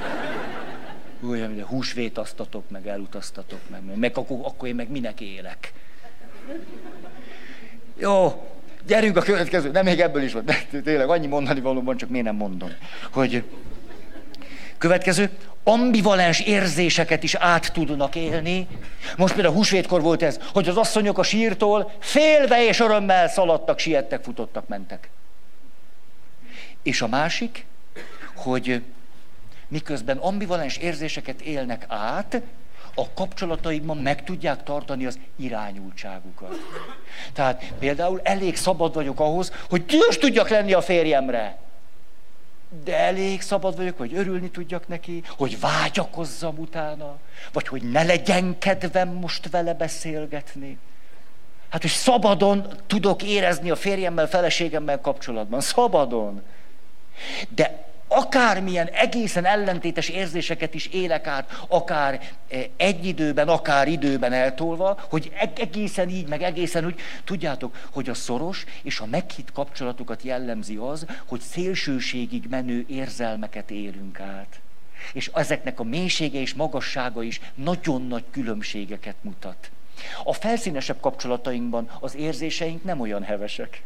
Úgy, húsvétaztatok, meg elutaztatok, meg, meg akkor, akkor én meg minek élek. Jó, gyerünk a következő, nem még ebből is van, de tényleg annyi mondani való van, csak miért nem mondom. Hogy következő, ambivalens érzéseket is át tudnak élni. Most például húsvétkor volt ez, hogy az asszonyok a sírtól félve és örömmel szaladtak, siettek, futottak, mentek. És a másik, hogy miközben ambivalens érzéseket élnek át, a kapcsolataikban meg tudják tartani az irányultságukat. Tehát például elég szabad vagyok ahhoz, hogy dühös tudjak lenni a férjemre. De elég szabad vagyok, hogy örülni tudjak neki, hogy vágyakozzam utána, vagy hogy ne legyen kedvem most vele beszélgetni. Hát, hogy szabadon tudok érezni a férjemmel, feleségemmel kapcsolatban. Szabadon. De akármilyen egészen ellentétes érzéseket is élek át, akár egy időben, akár időben eltolva, hogy egészen így, meg egészen úgy, tudjátok, hogy a szoros és a meghitt kapcsolatokat jellemzi az, hogy szélsőségig menő érzelmeket élünk át. És ezeknek a mélysége és magassága is nagyon nagy különbségeket mutat. A felszínesebb kapcsolatainkban az érzéseink nem olyan hevesek.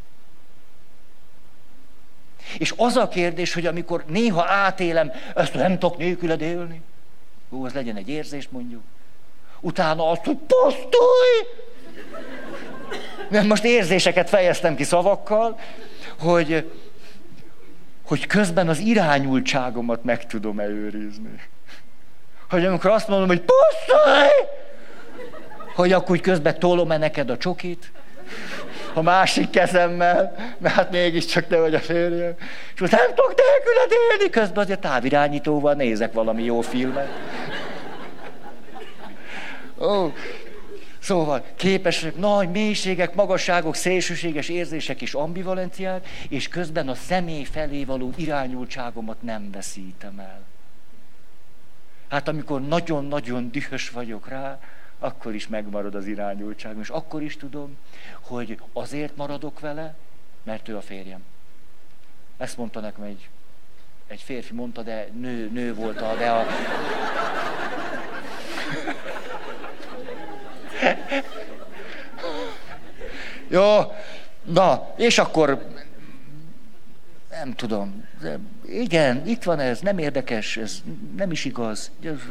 És az a kérdés, hogy amikor néha átélem, ezt nem tudok nélküled élni. Ó, az legyen egy érzés, mondjuk. Utána azt, hogy posztulj! Nem, most érzéseket fejeztem ki szavakkal, hogy, hogy közben az irányultságomat meg tudom-e őrizni. hogy amikor azt mondom, hogy pusztulj, hogy akkor úgy közben tolom-e neked a csokit, a másik kezemmel, mert hát mégiscsak te vagy a férjem, és most nem tudok nélküled élni, közben azért távirányítóval nézek valami jó filmet. Ó, szóval képesek, nagy mélységek, magasságok, szélsőséges érzések és ambivalenciák, és közben a személy felé való irányultságomat nem veszítem el. Hát amikor nagyon-nagyon dühös vagyok rá, akkor is megmarad az irányultságom, és akkor is tudom, hogy azért maradok vele, mert ő a férjem. Ezt mondta nekem egy, egy férfi, mondta, de nő, nő volt a, de a... Jó, na, és akkor nem tudom. Igen, itt van ez, nem érdekes, ez nem is igaz.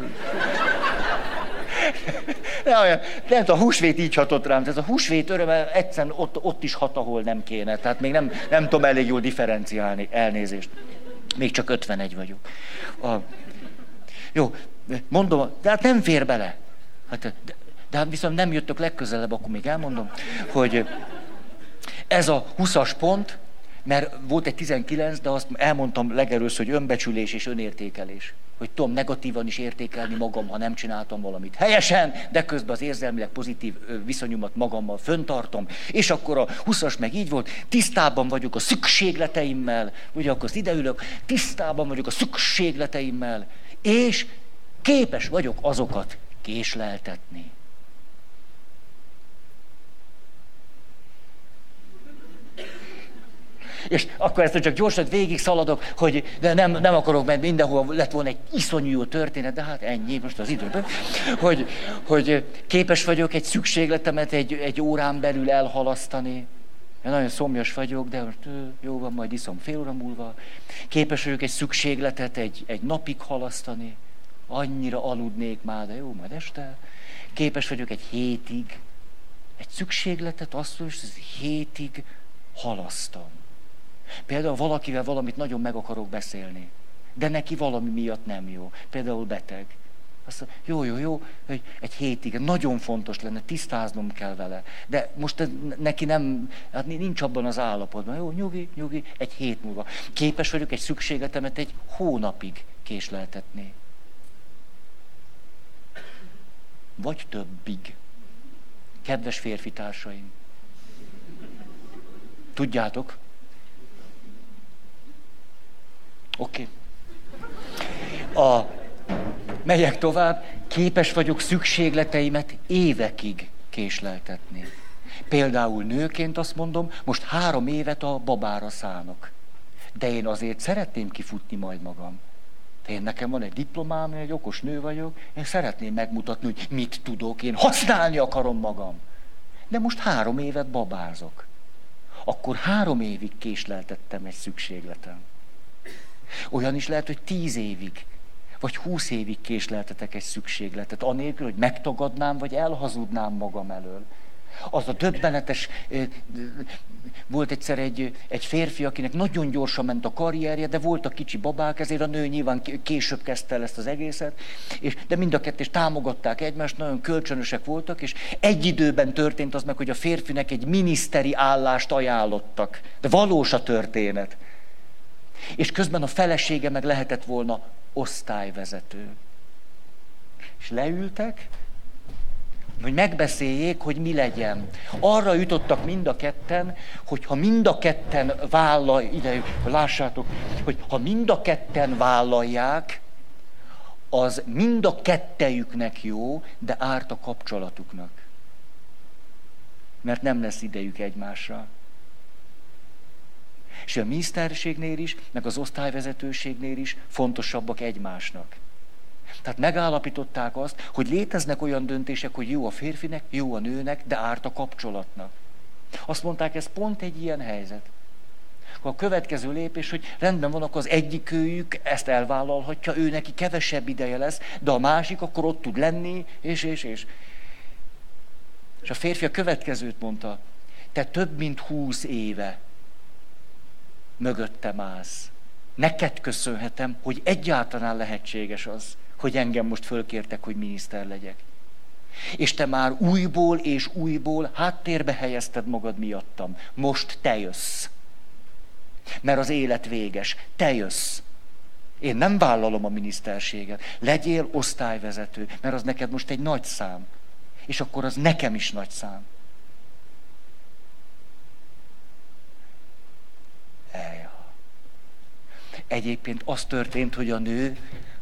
Nem, olyan, nem, a húsvét így hatott rám, ez a húsvét öröme egyszerűen ott, ott is hat, ahol nem kéne. Tehát még nem, nem tudom elég jól differenciálni, elnézést. Még csak ötvenegy vagyok. A, jó, mondom, de hát nem fér bele. Hát, de, de hát viszont nem jöttök legközelebb, akkor még elmondom, hogy ez a húszas pont, mert volt egy tizenkilenc, de azt elmondtam legelőször, hogy önbecsülés és önértékelés. Hogy tudom negatívan is értékelni magam, ha nem csináltam valamit helyesen, de közben az érzelmileg pozitív viszonyomat magammal föntartom. És akkor a húszas meg így volt, tisztában vagyok a szükségleteimmel, ugye akkor ide ülök, tisztában vagyok a szükségleteimmel, és képes vagyok azokat késleltetni. És akkor ezt csak gyorsan végig szaladok, hogy de nem, nem akarok, mert mindenhol lett volna egy iszonyú jó történet, de hát ennyi most az időben, hogy, hogy képes vagyok egy szükségletemet egy, egy órán belül elhalasztani. Én nagyon szomjas vagyok, de most jó van, majd iszom fél óra múlva. Képes vagyok egy szükségletet egy, egy napig halasztani. Annyira aludnék már, de jó, majd este. Képes vagyok egy hétig, egy szükségletet, azt mondja, hogy hétig halasztom. Például valakivel valamit nagyon meg akarok beszélni, de neki valami miatt nem jó. Például beteg. Azt mondja, jó, jó, jó, hogy egy hétig, nagyon fontos lenne, tisztáznom kell vele. De most neki nem, hát nincs abban az állapotban. Jó, nyugi, nyugi, egy hét múlva. Képes vagyok egy szükségletemet egy hónapig késleltetni. Vagy többig. Kedves férfi társaim. Tudjátok? Oké. Okay. A megyek tovább, képes vagyok szükségleteimet évekig késleltetni. Például nőként azt mondom, most három évet a babára szánok. De én azért szeretném kifutni majd magam. Én nekem van egy diplomám, én egy okos nő vagyok, én szeretném megmutatni, hogy mit tudok, én használni akarom magam. De most három évet babázok. Akkor három évig késleltettem egy szükségletem. Olyan is lehet, hogy tíz évig, vagy húsz évig késleltetek egy szükségletet, anélkül, hogy megtagadnám, vagy elhazudnám magam elől. Az a döbbenetes, volt egyszer egy, egy férfi, akinek nagyon gyorsan ment a karrierje, de voltak kicsi babák, ezért a nő nyilván később kezdte el ezt az egészet, és, de mind a kettő támogatták egymást, nagyon kölcsönösek voltak, és egy időben történt az meg, hogy a férfinek egy miniszteri állást ajánlottak. De valós a történet. És közben a felesége meg lehetett volna osztályvezető. És leültek, hogy megbeszéljék, hogy mi legyen. Arra jutottak mind a ketten, hogy ha mind a ketten vállal, ide, lássátok, hogy ha mind a ketten vállalják, az mind a kettejüknek jó, de árt a kapcsolatuknak. Mert nem lesz idejük egymásra. És a miniszterségnél is, meg az osztályvezetőségnél is fontosabbak egymásnak. Tehát megállapították azt, hogy léteznek olyan döntések, hogy jó a férfinek, jó a nőnek, de árt a kapcsolatnak. Azt mondták, ez pont egy ilyen helyzet. A következő lépés, hogy rendben van, akkor az egyikőjük ezt elvállalhatja, ő neki kevesebb ideje lesz, de a másik akkor ott tud lenni, és, és, és. És a férfi a következőt mondta, te több mint húsz éve mögöttem állsz. Neked köszönhetem, hogy egyáltalán lehetséges az, hogy engem most fölkértek, hogy miniszter legyek. És te már újból és újból háttérbe helyezted magad miattam. Most te jössz. Mert az élet véges. Te jössz. Én nem vállalom a miniszterséget. Legyél osztályvezető, mert az neked most egy nagy szám. És akkor az nekem is nagy szám. Ejja. Egyébként az történt, hogy a nő...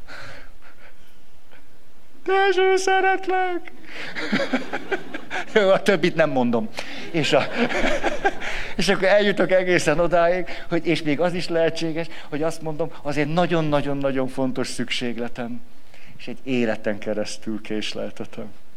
Dezső, szeretlek! Jó, a többit nem mondom. És, a... és akkor eljutok egészen odáig, hogy, és még az is lehetséges, hogy azt mondom, az egy nagyon-nagyon-nagyon fontos szükségletem. És egy életen keresztül késleltetem.